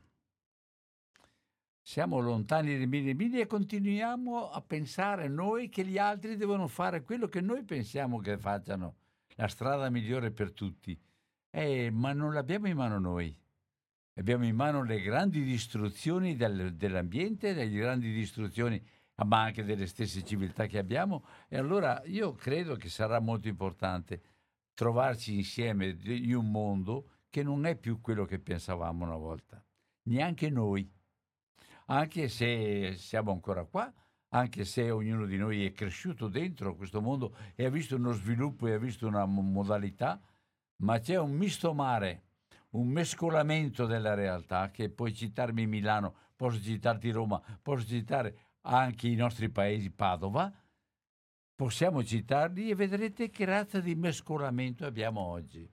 Siamo lontani dai mille miglia e continuiamo a pensare noi che gli altri devono fare quello che noi pensiamo che facciano, la strada migliore per tutti. Eh, ma non l'abbiamo in mano noi. Abbiamo in mano le grandi distruzioni del, dell'ambiente, le grandi distruzioni, ma anche delle stesse civiltà che abbiamo. E allora io credo che sarà molto importante trovarci insieme in un mondo che non è più quello che pensavamo una volta, neanche noi. Anche se siamo ancora qua, anche se ognuno di noi è cresciuto dentro questo mondo e ha visto uno sviluppo e ha visto una modalità, ma c'è un misto mare, un mescolamento della realtà, che puoi citarmi Milano, posso citarti Roma, posso citare anche i nostri paesi, Padova, possiamo citarli e vedrete che razza di mescolamento abbiamo oggi.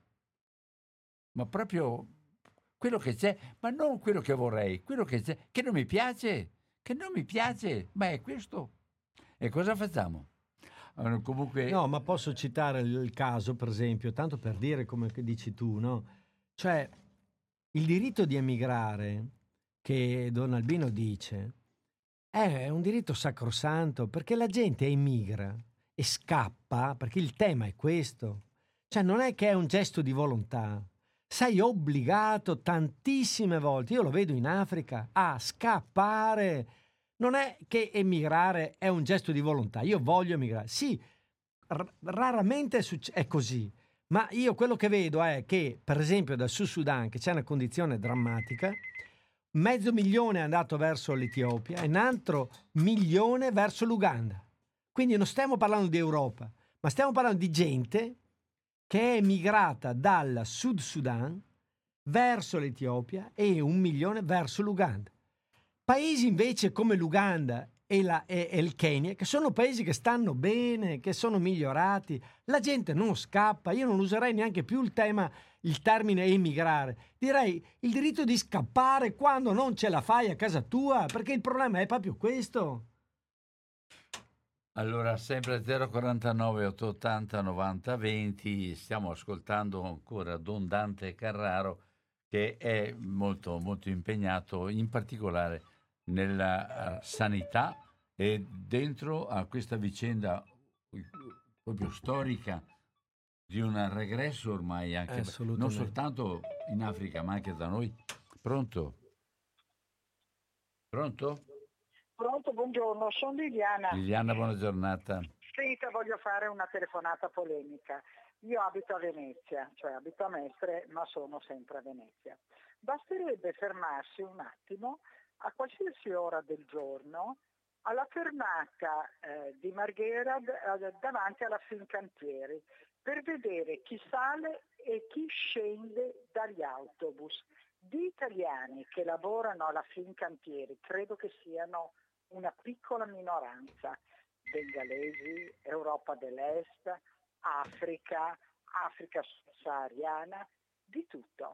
Ma proprio quello che c'è, ma non quello che vorrei, quello che c'è, che non mi piace, che non mi piace, ma è questo. E cosa facciamo? Allora, comunque... No, ma posso citare il, il caso, per esempio, tanto per dire come dici tu, no? Cioè, il diritto di emigrare, che Don Albino dice, è un diritto sacrosanto, perché la gente emigra e scappa, perché il tema è questo. Cioè, non è che è un gesto di volontà. Sei obbligato tantissime volte, io lo vedo in Africa, a scappare. Non è che emigrare è un gesto di volontà, io voglio emigrare. Sì, r- raramente è, succe- è così, Ma io quello che vedo è che, per esempio, dal Sud Sudan, che c'è una condizione drammatica, mezzo milione è andato verso l'Etiopia e un altro milione verso l'Uganda. Quindi non stiamo parlando di Europa, ma stiamo parlando di gente che è migrata dal Sud Sudan verso l'Etiopia e un milione verso l'Uganda. Paesi invece come l'Uganda e, la, e, e il Kenya, che sono paesi che stanno bene, che sono migliorati, la gente non scappa. Io non userei neanche più il tema, il termine emigrare, direi il diritto di scappare quando non ce la fai a casa tua, perché il problema è proprio questo. Allora, sempre zero quarantanove ottocentottanta novanta venti, stiamo ascoltando ancora Don Dante Carraro, che è molto, molto impegnato in particolare nella uh, sanità e dentro a questa vicenda proprio storica di un regresso ormai anche non soltanto in Africa ma anche da noi. Pronto? Pronto? Pronto, buongiorno, sono Liliana. Liliana, buona giornata. Senta, voglio fare una telefonata polemica. Io abito a Venezia, cioè abito a Mestre, ma sono sempre a Venezia. Basterebbe fermarsi un attimo a qualsiasi ora del giorno alla fermata eh, di Marghera d- davanti alla Fincantieri per vedere chi sale e chi scende dagli autobus. Di italiani che lavorano alla Fincantieri credo che siano una piccola minoranza, bengalesi, Europa dell'Est, Africa, Africa subsahariana, di tutto.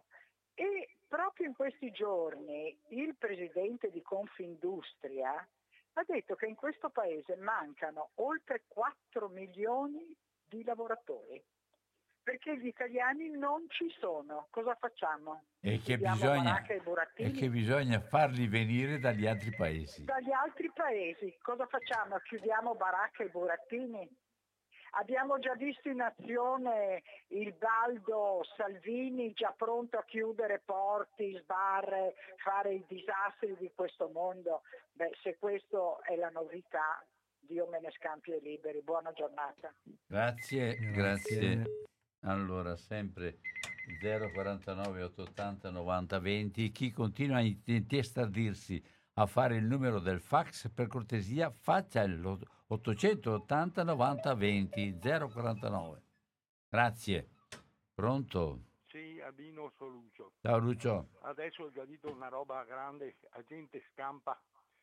E proprio in questi giorni il presidente di Confindustria ha detto che in questo paese mancano oltre quattro milioni di lavoratori, perché gli italiani non ci sono. Cosa facciamo? E che, bisogna, e che bisogna farli venire dagli altri paesi. Dagli altri paesi. Cosa facciamo? Chiudiamo baracca e burattini? Abbiamo già visto in azione il baldo Salvini già pronto a chiudere porti, sbarre, fare i disastri di questo mondo. Beh, se questo è la novità, Dio me ne scampi e liberi. Buona giornata. Grazie, grazie. grazie. Allora, sempre zero quarantanove ottocentottanta novanta venti. Chi continua a intestardirsi a fare il numero del fax, per cortesia faccia il ottocentottanta novanta venti zero quarantanove. Grazie. Pronto? Sì, Albino, sono Lucio. Ciao Lucio. Adesso ho già detto una roba grande, la gente scampa.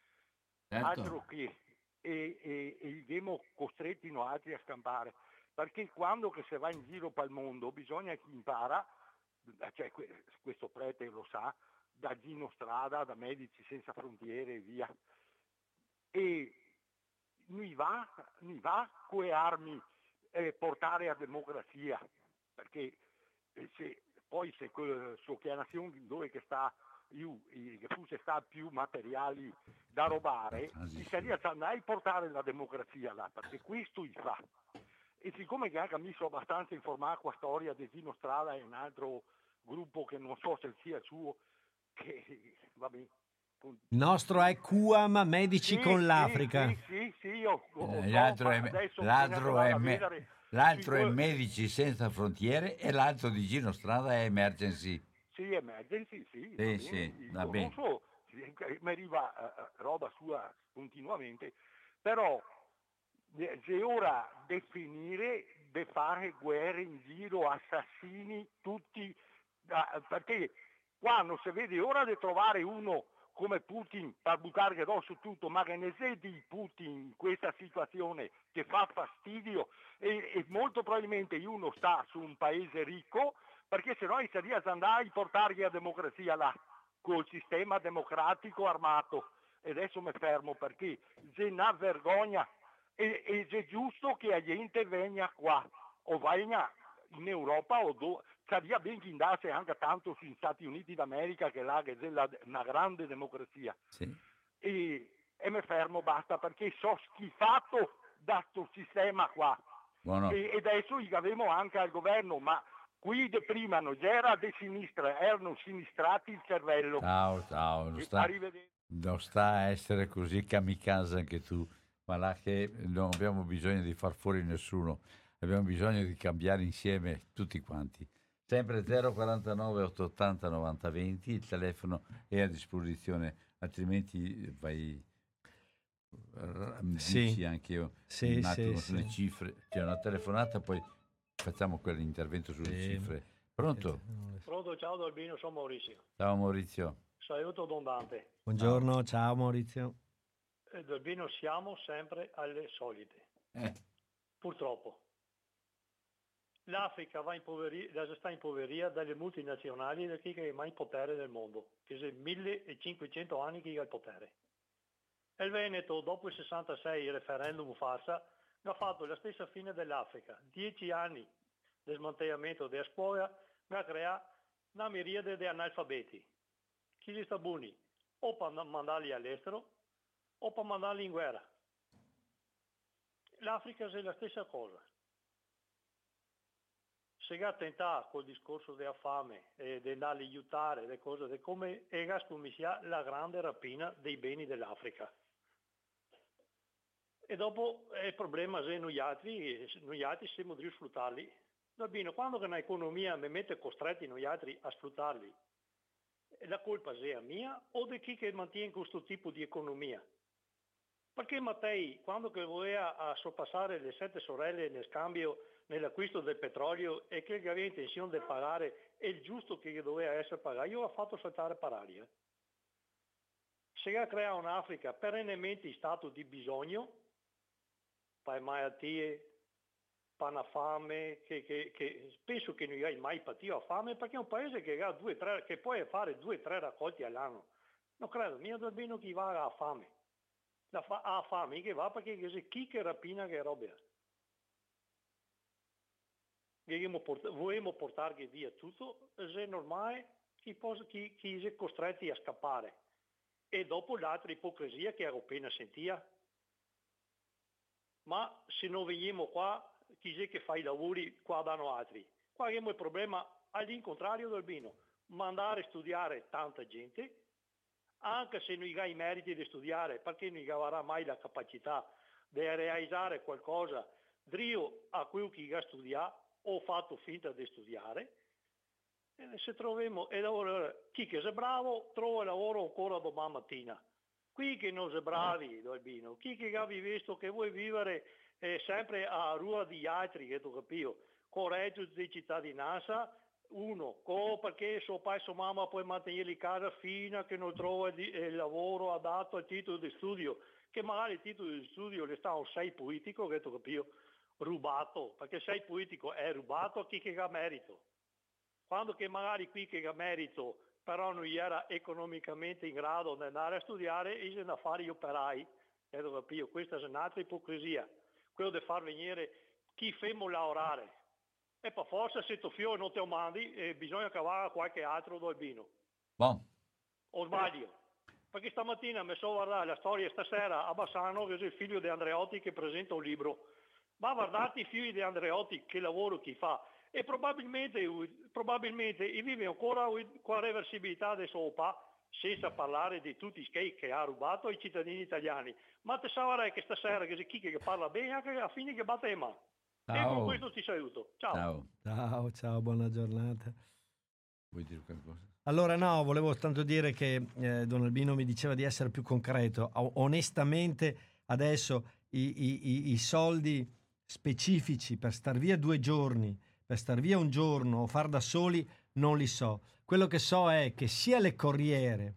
Certo. Altro che e, e, e viviamo costretti noi altri a scampare, perché quando che si va in giro per il mondo bisogna che impara, cioè questo prete lo sa, da Gino Strada, da Medici Senza Frontiere e via, e mi va, mi va con le armi eh, portare a democrazia, perché eh, se, poi se so che è una nazione dove che sta io, che forse sta più materiali da rubare, si sarebbe andare a portare la democrazia là, perché questo gli fa. E siccome che anche mi sono abbastanza informato con la storia di Gino Strada e un altro gruppo che non so se sia suo, che va bene. Il nostro è Q A M, Medici sì, con sì, l'Africa. Sì, sì, sì, io, eh, l'altro è, l'altro è, me, l'altro è Medici Senza Frontiere e l'altro di Gino Strada è Emergency. Sì, Emergency, sì. Sì, sì, va bene. So, mi arriva uh, roba sua continuamente, però se ora definire, de fare guerre in giro, assassini, tutti, uh, perché quando si vede ora di trovare uno come Putin per buttare addosso tutto, ma che ne sei di Putin in questa situazione che fa fastidio e, e molto probabilmente uno sta su un paese ricco, perché se no si riesce ad andare a portargli la democrazia là, col sistema democratico armato. E adesso mi fermo perché se n'ha vergogna e, e è giusto che la gente venga qua o venga in Europa o dove. Sarebbe ben che andasse anche tanto sugli Stati Uniti d'America, che là che è una grande democrazia. Sì. E, e mi fermo, basta, perché so schifato da questo sistema qua. Buono. E, e adesso gli avevamo anche al governo, ma qui de prima non era di sinistra, erano sinistrati il cervello. Ciao, ciao. Non sta, non sta a essere così kamikaze anche tu, ma là che non abbiamo bisogno di far fuori nessuno. abbiamo bisogno di cambiare insieme tutti quanti. Sempre zero quarantanove ottocentottanta novanta venti, il telefono è a disposizione, altrimenti vai sì. dici anche io sì, un attimo sì, sulle sì. cifre, c'è una telefonata, poi facciamo quell'intervento sulle Sì. cifre. Pronto? Pronto, ciao da Albino, sono Maurizio. Ciao Maurizio. Saluto Don Dante. Buongiorno, ciao Maurizio. E da Albino siamo sempre alle solite. Eh. Purtroppo. L'Africa va in poveria, sta in poveria dalle multinazionali da chi che è mai in potere nel mondo, che sono millecinquecento anni che è al potere. E il Veneto, dopo il sessantasei, il referendum farsa, ha fatto la stessa fine dell'Africa. Dieci anni di smantellamento della scuola, ha creato una miriade di analfabeti. Chi li sta buoni? O per mandarli all'estero o per mandarli in guerra. L'Africa è la stessa cosa. Se ha tentato col discorso della fame e di andarli a aiutare, le cose, di come è scominciata la grande rapina dei beni dell'Africa. E dopo eh, il problema è noi altri, noi altri siamo di sfruttarli. Albino, quando un'economia mi mette costretti noi altri a sfruttarli, la colpa è mia o di chi che mantiene questo tipo di economia? Perché Mattei, quando che voleva a sorpassare le sette sorelle nel scambio nell'acquisto del petrolio e che aveva intenzione di pagare è il giusto che doveva essere pagato, io ho fatto saltare per aria. Se ha creato un'Africa perennemente in stato di bisogno, per malattie, per una fame, che, che, che penso che non hai mai patito a fame, perché è un paese che, ha due, tre, che può fare due o tre raccolti all'anno. Non credo, mio Albino chi va a fame. La fa, ha fame che va perché c'è chi che rapina che roba. Vogliamo portare via tutto, è normale chi, posa, chi, chi è costretti a scappare. E dopo l'altra ipocrisia che ho appena sentita. Ma se non veniamo qua, chi è che fa i lavori qua danno altri? Qua abbiamo il problema all'incontrario del Albino, mandare a studiare tanta gente, anche se non ha i meriti di studiare, perché non avrà mai la capacità di realizzare qualcosa drio a quello che ha studiato o fatto finta di studiare. E se troviamo, e allora, chi che è bravo trova lavoro ancora domani mattina. Qui che non sei bravi, Albino, chi che ha visto che vuoi vivere eh, sempre a rua di altri, che tu capisci, con reddito di cittadinanza, uno, co perché suo padre e sua mamma puoi mantenerli in casa fino a che non trova di, eh, il lavoro adatto al titolo di studio, che magari il titolo di studio le sta un sei politico, che tu capisci, rubato, perché sei politico è rubato a chi che ha merito. Quando che magari qui che ha merito però non era economicamente in grado di andare a studiare, e sono affari operai. E tu capisci, questa è un'altra ipocrisia, quello di far venire chi fermo lavorare. E per forza se tu fiore non te lo mandi, eh, bisogna cavare qualche altro do Albino. Bon. O sbaglio? Perché stamattina mi so guardare la storia stasera a Bassano, che è il figlio di Andreotti che presenta un libro. Ma guardate i figli di Andreotti, che lavoro chi fa. E probabilmente, probabilmente vive ancora con la reversibilità del suo papà, senza parlare di tutti i skate che ha rubato ai cittadini italiani. Ma te saprei che stasera che c'è chi che parla bene, anche a fine che batte le mani. E con questo ti saluto. Ciao. Ciao. Ciao, ciao, buona giornata. Vuoi dire qualcosa? Allora no, volevo tanto dire che eh, Don Albino mi diceva di essere più concreto. O- onestamente adesso i, i, i soldi specifici per star via due giorni, per star via un giorno o far da soli non li so. Quello che so è che sia le corriere,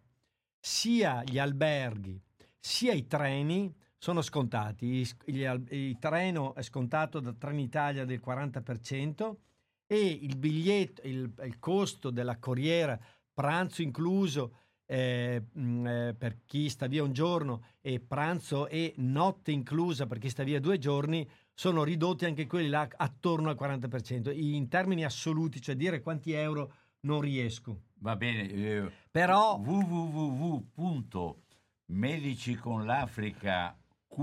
sia gli alberghi, sia i treni sono scontati. I, gli, il treno è scontato da Trenitalia del quaranta per cento e il biglietto, il, il costo della corriera, pranzo incluso eh, mh, per chi sta via un giorno e pranzo e notte inclusa per chi sta via due giorni, sono ridotti anche quelli là attorno al quaranta per cento. In termini assoluti, cioè dire quanti euro non riesco. Va bene, eh, però w w w punto medici con l'Africa Q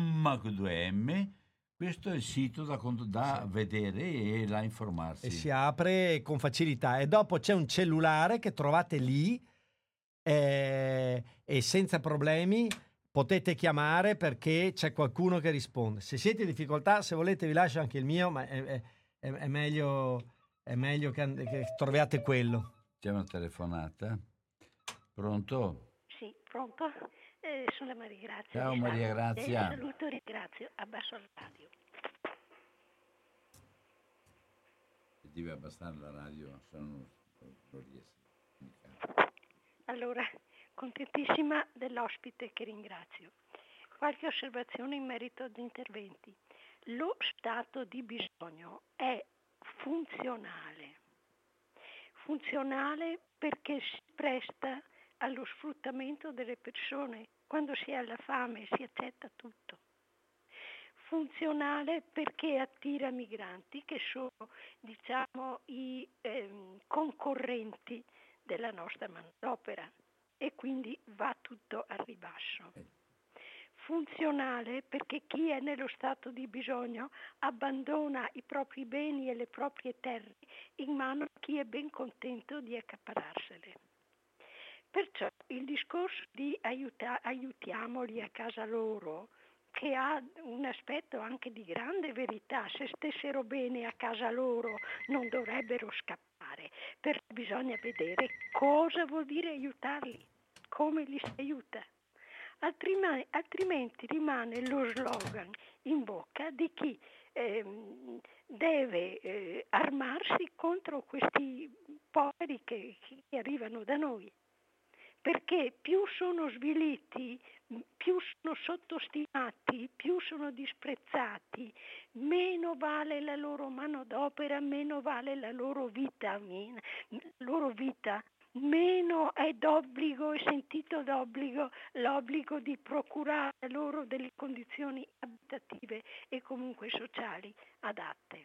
due M, questo è il sito da, da sì. vedere e là informarsi. E si apre con facilità. E dopo c'è un cellulare che trovate lì eh, e senza problemi potete chiamare perché c'è qualcuno che risponde. Se siete in difficoltà, se volete vi lascio anche il mio, ma è, è, è, è meglio, è meglio che, che troviate quello. C'è una telefonata. Pronto? Sì, pronto? Eh, sono Maria Grazia. Ciao Maria Grazia. Eh, saluto e ringrazio. Abbasso la radio. Devi abbassare la radio, se no non, non riesco. Allora, contentissima dell'ospite che ringrazio. Qualche osservazione in merito ad interventi. Lo stato di bisogno è funzionale. Funzionale perché si presta allo sfruttamento delle persone. Quando si ha la fame si accetta tutto. Funzionale perché attira migranti che sono, diciamo, i ehm, concorrenti della nostra manodopera e quindi va tutto al ribasso. Funzionale perché chi è nello stato di bisogno abbandona i propri beni e le proprie terre in mano a chi è ben contento di accapararsele. Perciò il discorso di aiuta- aiutiamoli a casa loro, che ha un aspetto anche di grande verità, se stessero bene a casa loro non dovrebbero scappare, però bisogna vedere cosa vuol dire aiutarli, come li si aiuta. Altrimenti, altrimenti rimane lo slogan in bocca di chi eh, deve eh, armarsi contro questi poveri che, che arrivano da noi. Perché più sono sviliti, più sono sottostimati, più sono disprezzati, meno vale la loro manodopera, meno vale la loro vita, la loro vita, meno è d'obbligo, è sentito d'obbligo l'obbligo di procurare loro delle condizioni abitative e comunque sociali adatte.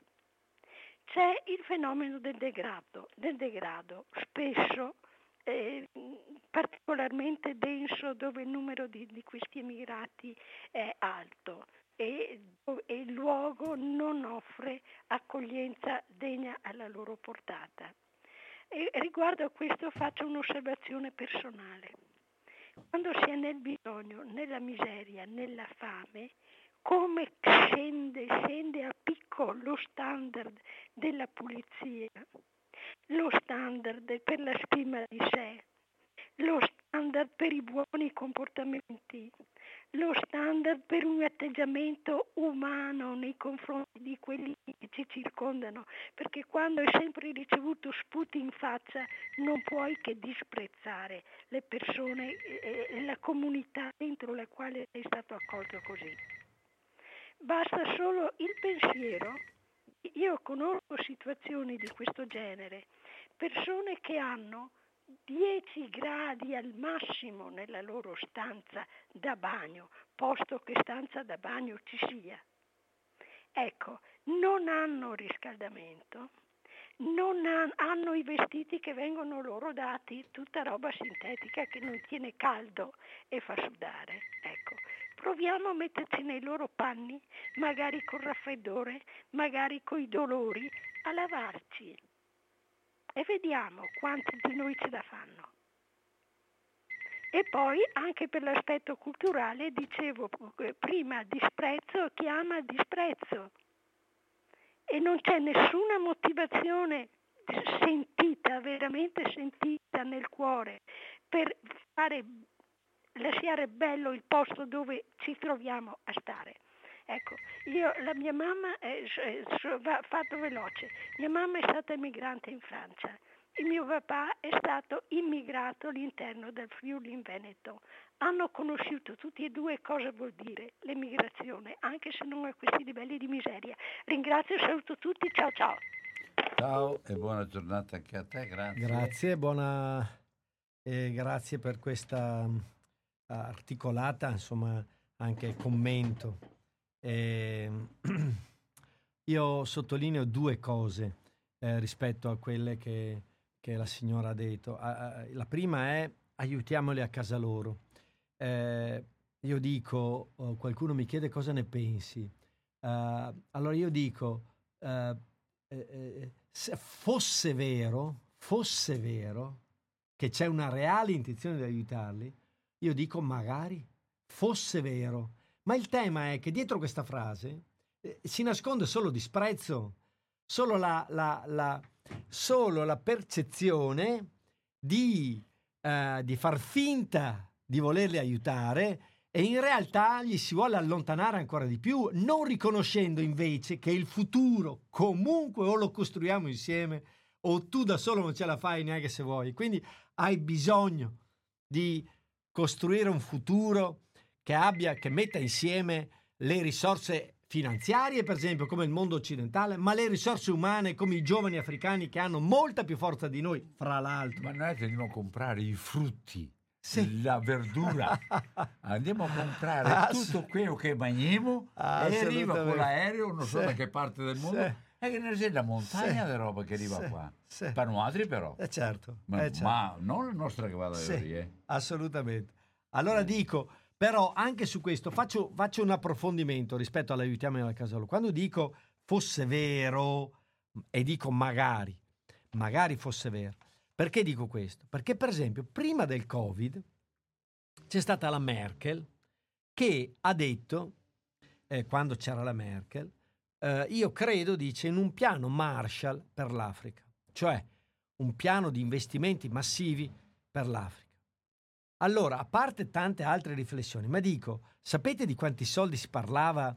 C'è il fenomeno del degrado, del degrado spesso Eh, particolarmente denso, dove il numero di, di questi emigrati è alto e, e il luogo non offre accoglienza degna alla loro portata. E riguardo a questo faccio un'osservazione personale. Quando si è nel bisogno, nella miseria, nella fame, come scende, scende a picco lo standard della pulizia, lo standard per la stima di sé, lo standard per i buoni comportamenti, lo standard per un atteggiamento umano nei confronti di quelli che ci circondano, perché quando hai sempre ricevuto sputi in faccia non puoi che disprezzare le persone e la comunità dentro la quale sei stato accolto così. Basta solo il pensiero. Io conosco situazioni di questo genere, persone che hanno dieci gradi al massimo nella loro stanza da bagno, posto che stanza da bagno ci sia. Ecco, non hanno riscaldamento, non han- hanno i vestiti che vengono loro dati, tutta roba sintetica che non tiene caldo e fa sudare. Ecco. Proviamo a metterci nei loro panni, magari col raffreddore, magari coi dolori, a lavarci e vediamo quanti di noi ce la fanno. E poi anche per l'aspetto culturale, dicevo prima, disprezzo chiama disprezzo e non c'è nessuna motivazione sentita, veramente sentita nel cuore per fare lasciare bello il posto dove ci troviamo a stare. Ecco, io, la mia mamma, è, va fatto veloce, mia mamma è stata emigrante in Francia, il mio papà è stato immigrato all'interno del Friuli in Veneto. Hanno conosciuto tutti e due cosa vuol dire l'emigrazione, anche se non a questi livelli di miseria. Ringrazio e saluto tutti, ciao ciao. Ciao e buona giornata anche a te, grazie. Grazie, buona e grazie per questa articolata, insomma, anche commento. Eh, io sottolineo due cose eh, rispetto a quelle che, che la signora ha detto. Ah, la prima è aiutiamoli a casa loro. Eh, io dico, oh, qualcuno mi chiede cosa ne pensi. Uh, allora io dico, uh, eh, se fosse vero, fosse vero che c'è una reale intenzione di aiutarli, io dico magari fosse vero. Ma il tema è che dietro questa frase eh, si nasconde solo disprezzo, solo la, la, la, solo la percezione di, eh, di far finta di volerli aiutare, e in realtà gli si vuole allontanare ancora di più, non riconoscendo invece che il futuro comunque o lo costruiamo insieme o tu da solo non ce la fai neanche se vuoi. Quindi hai bisogno di costruire un futuro che abbia, che metta insieme le risorse finanziarie, per esempio, come il mondo occidentale, ma le risorse umane, come i giovani africani che hanno molta più forza di noi, fra l'altro. Ma noi andiamo a comprare i frutti, sì. la verdura, andiamo a comprare Ass- tutto quello che mangiamo e arriva con l'aereo, non so sì. da che parte del mondo, sì. e che ne c'è la montagna sì. di roba che arriva sì. qua. Sì. Per noi altri però. Eh certo. Ma, eh certo. ma non la nostra che va da sì. lì, eh. Assolutamente. Allora dico, però anche su questo faccio, faccio un approfondimento rispetto all'aiutiamo nella casa loro. Quando dico fosse vero, e dico magari, magari fosse vero, perché dico questo? Perché per esempio prima del Covid c'è stata la Merkel che ha detto, eh, quando c'era la Merkel, eh, io credo, dice, in un piano Marshall per l'Africa, cioè un piano di investimenti massivi per l'Africa. Allora, a parte tante altre riflessioni, ma dico, sapete di quanti soldi si parlava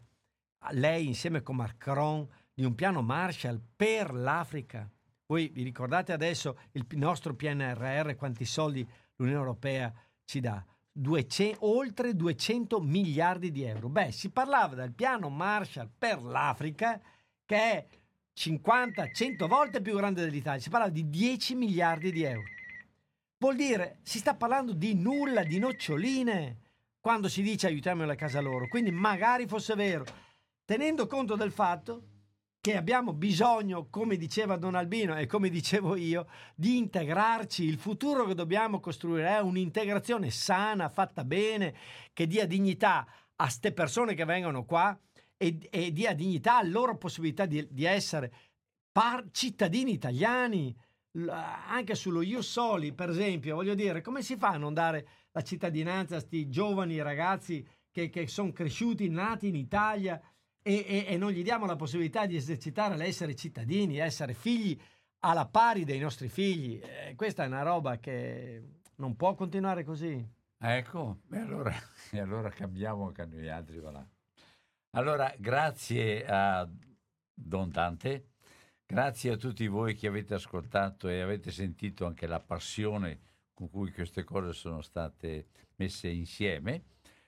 lei insieme con Macron di un piano Marshall per l'Africa? Voi vi ricordate adesso il nostro P N R R, quanti soldi l'Unione Europea ci dà? duecento, oltre duecento miliardi di euro. Beh, si parlava del piano Marshall per l'Africa, che è cinquanta cento volte più grande dell'Italia. Si parlava di dieci miliardi di euro. Vuol dire, si sta parlando di nulla, di noccioline, quando si dice aiutiamo la casa loro. Quindi magari fosse vero, tenendo conto del fatto che abbiamo bisogno, come diceva Don Albino e come dicevo io, di integrarci. Il futuro che dobbiamo costruire è un'integrazione sana, fatta bene, che dia dignità a ste persone che vengono qua e, e dia dignità alla loro possibilità di, di essere par- cittadini italiani. Anche sullo Ius Soli, per esempio, voglio dire, come si fa a non dare la cittadinanza a sti giovani ragazzi che, che sono cresciuti, nati in Italia, e, e, e non gli diamo la possibilità di esercitare l'essere cittadini, essere figli alla pari dei nostri figli? Eh, questa è una roba che non può continuare così. Ecco, e allora, e allora cambiamo anche noi altri. Voilà. Allora, grazie a Don Dante. Grazie a tutti voi che avete ascoltato e avete sentito anche la passione con cui queste cose sono state messe insieme,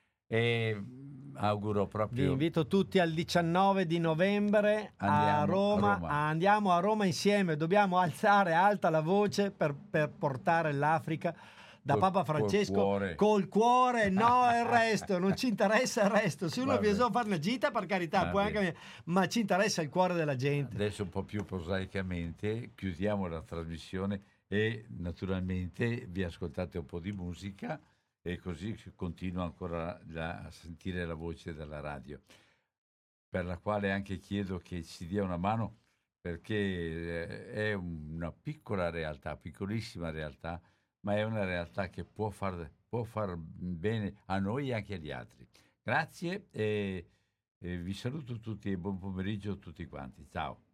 e auguro proprio... Vi invito tutti al diciannove di novembre a Roma. a Roma. Andiamo a Roma insieme, dobbiamo alzare alta la voce per, per portare l'Africa da col, Papa Francesco col cuore, col cuore no il resto, non ci interessa il resto. Se uno ha bisogno di fare una gita, per carità, Va può anche, ma ci interessa il cuore della gente. Adesso un po' più prosaicamente chiudiamo la trasmissione e naturalmente vi ascoltate un po' di musica e così continua ancora la, a sentire la voce della radio, per la quale anche chiedo che ci dia una mano, perché è una piccola realtà, piccolissima realtà, ma è una realtà che può far, può far bene a noi e anche agli altri. Grazie e, e vi saluto tutti e buon pomeriggio a tutti quanti. Ciao.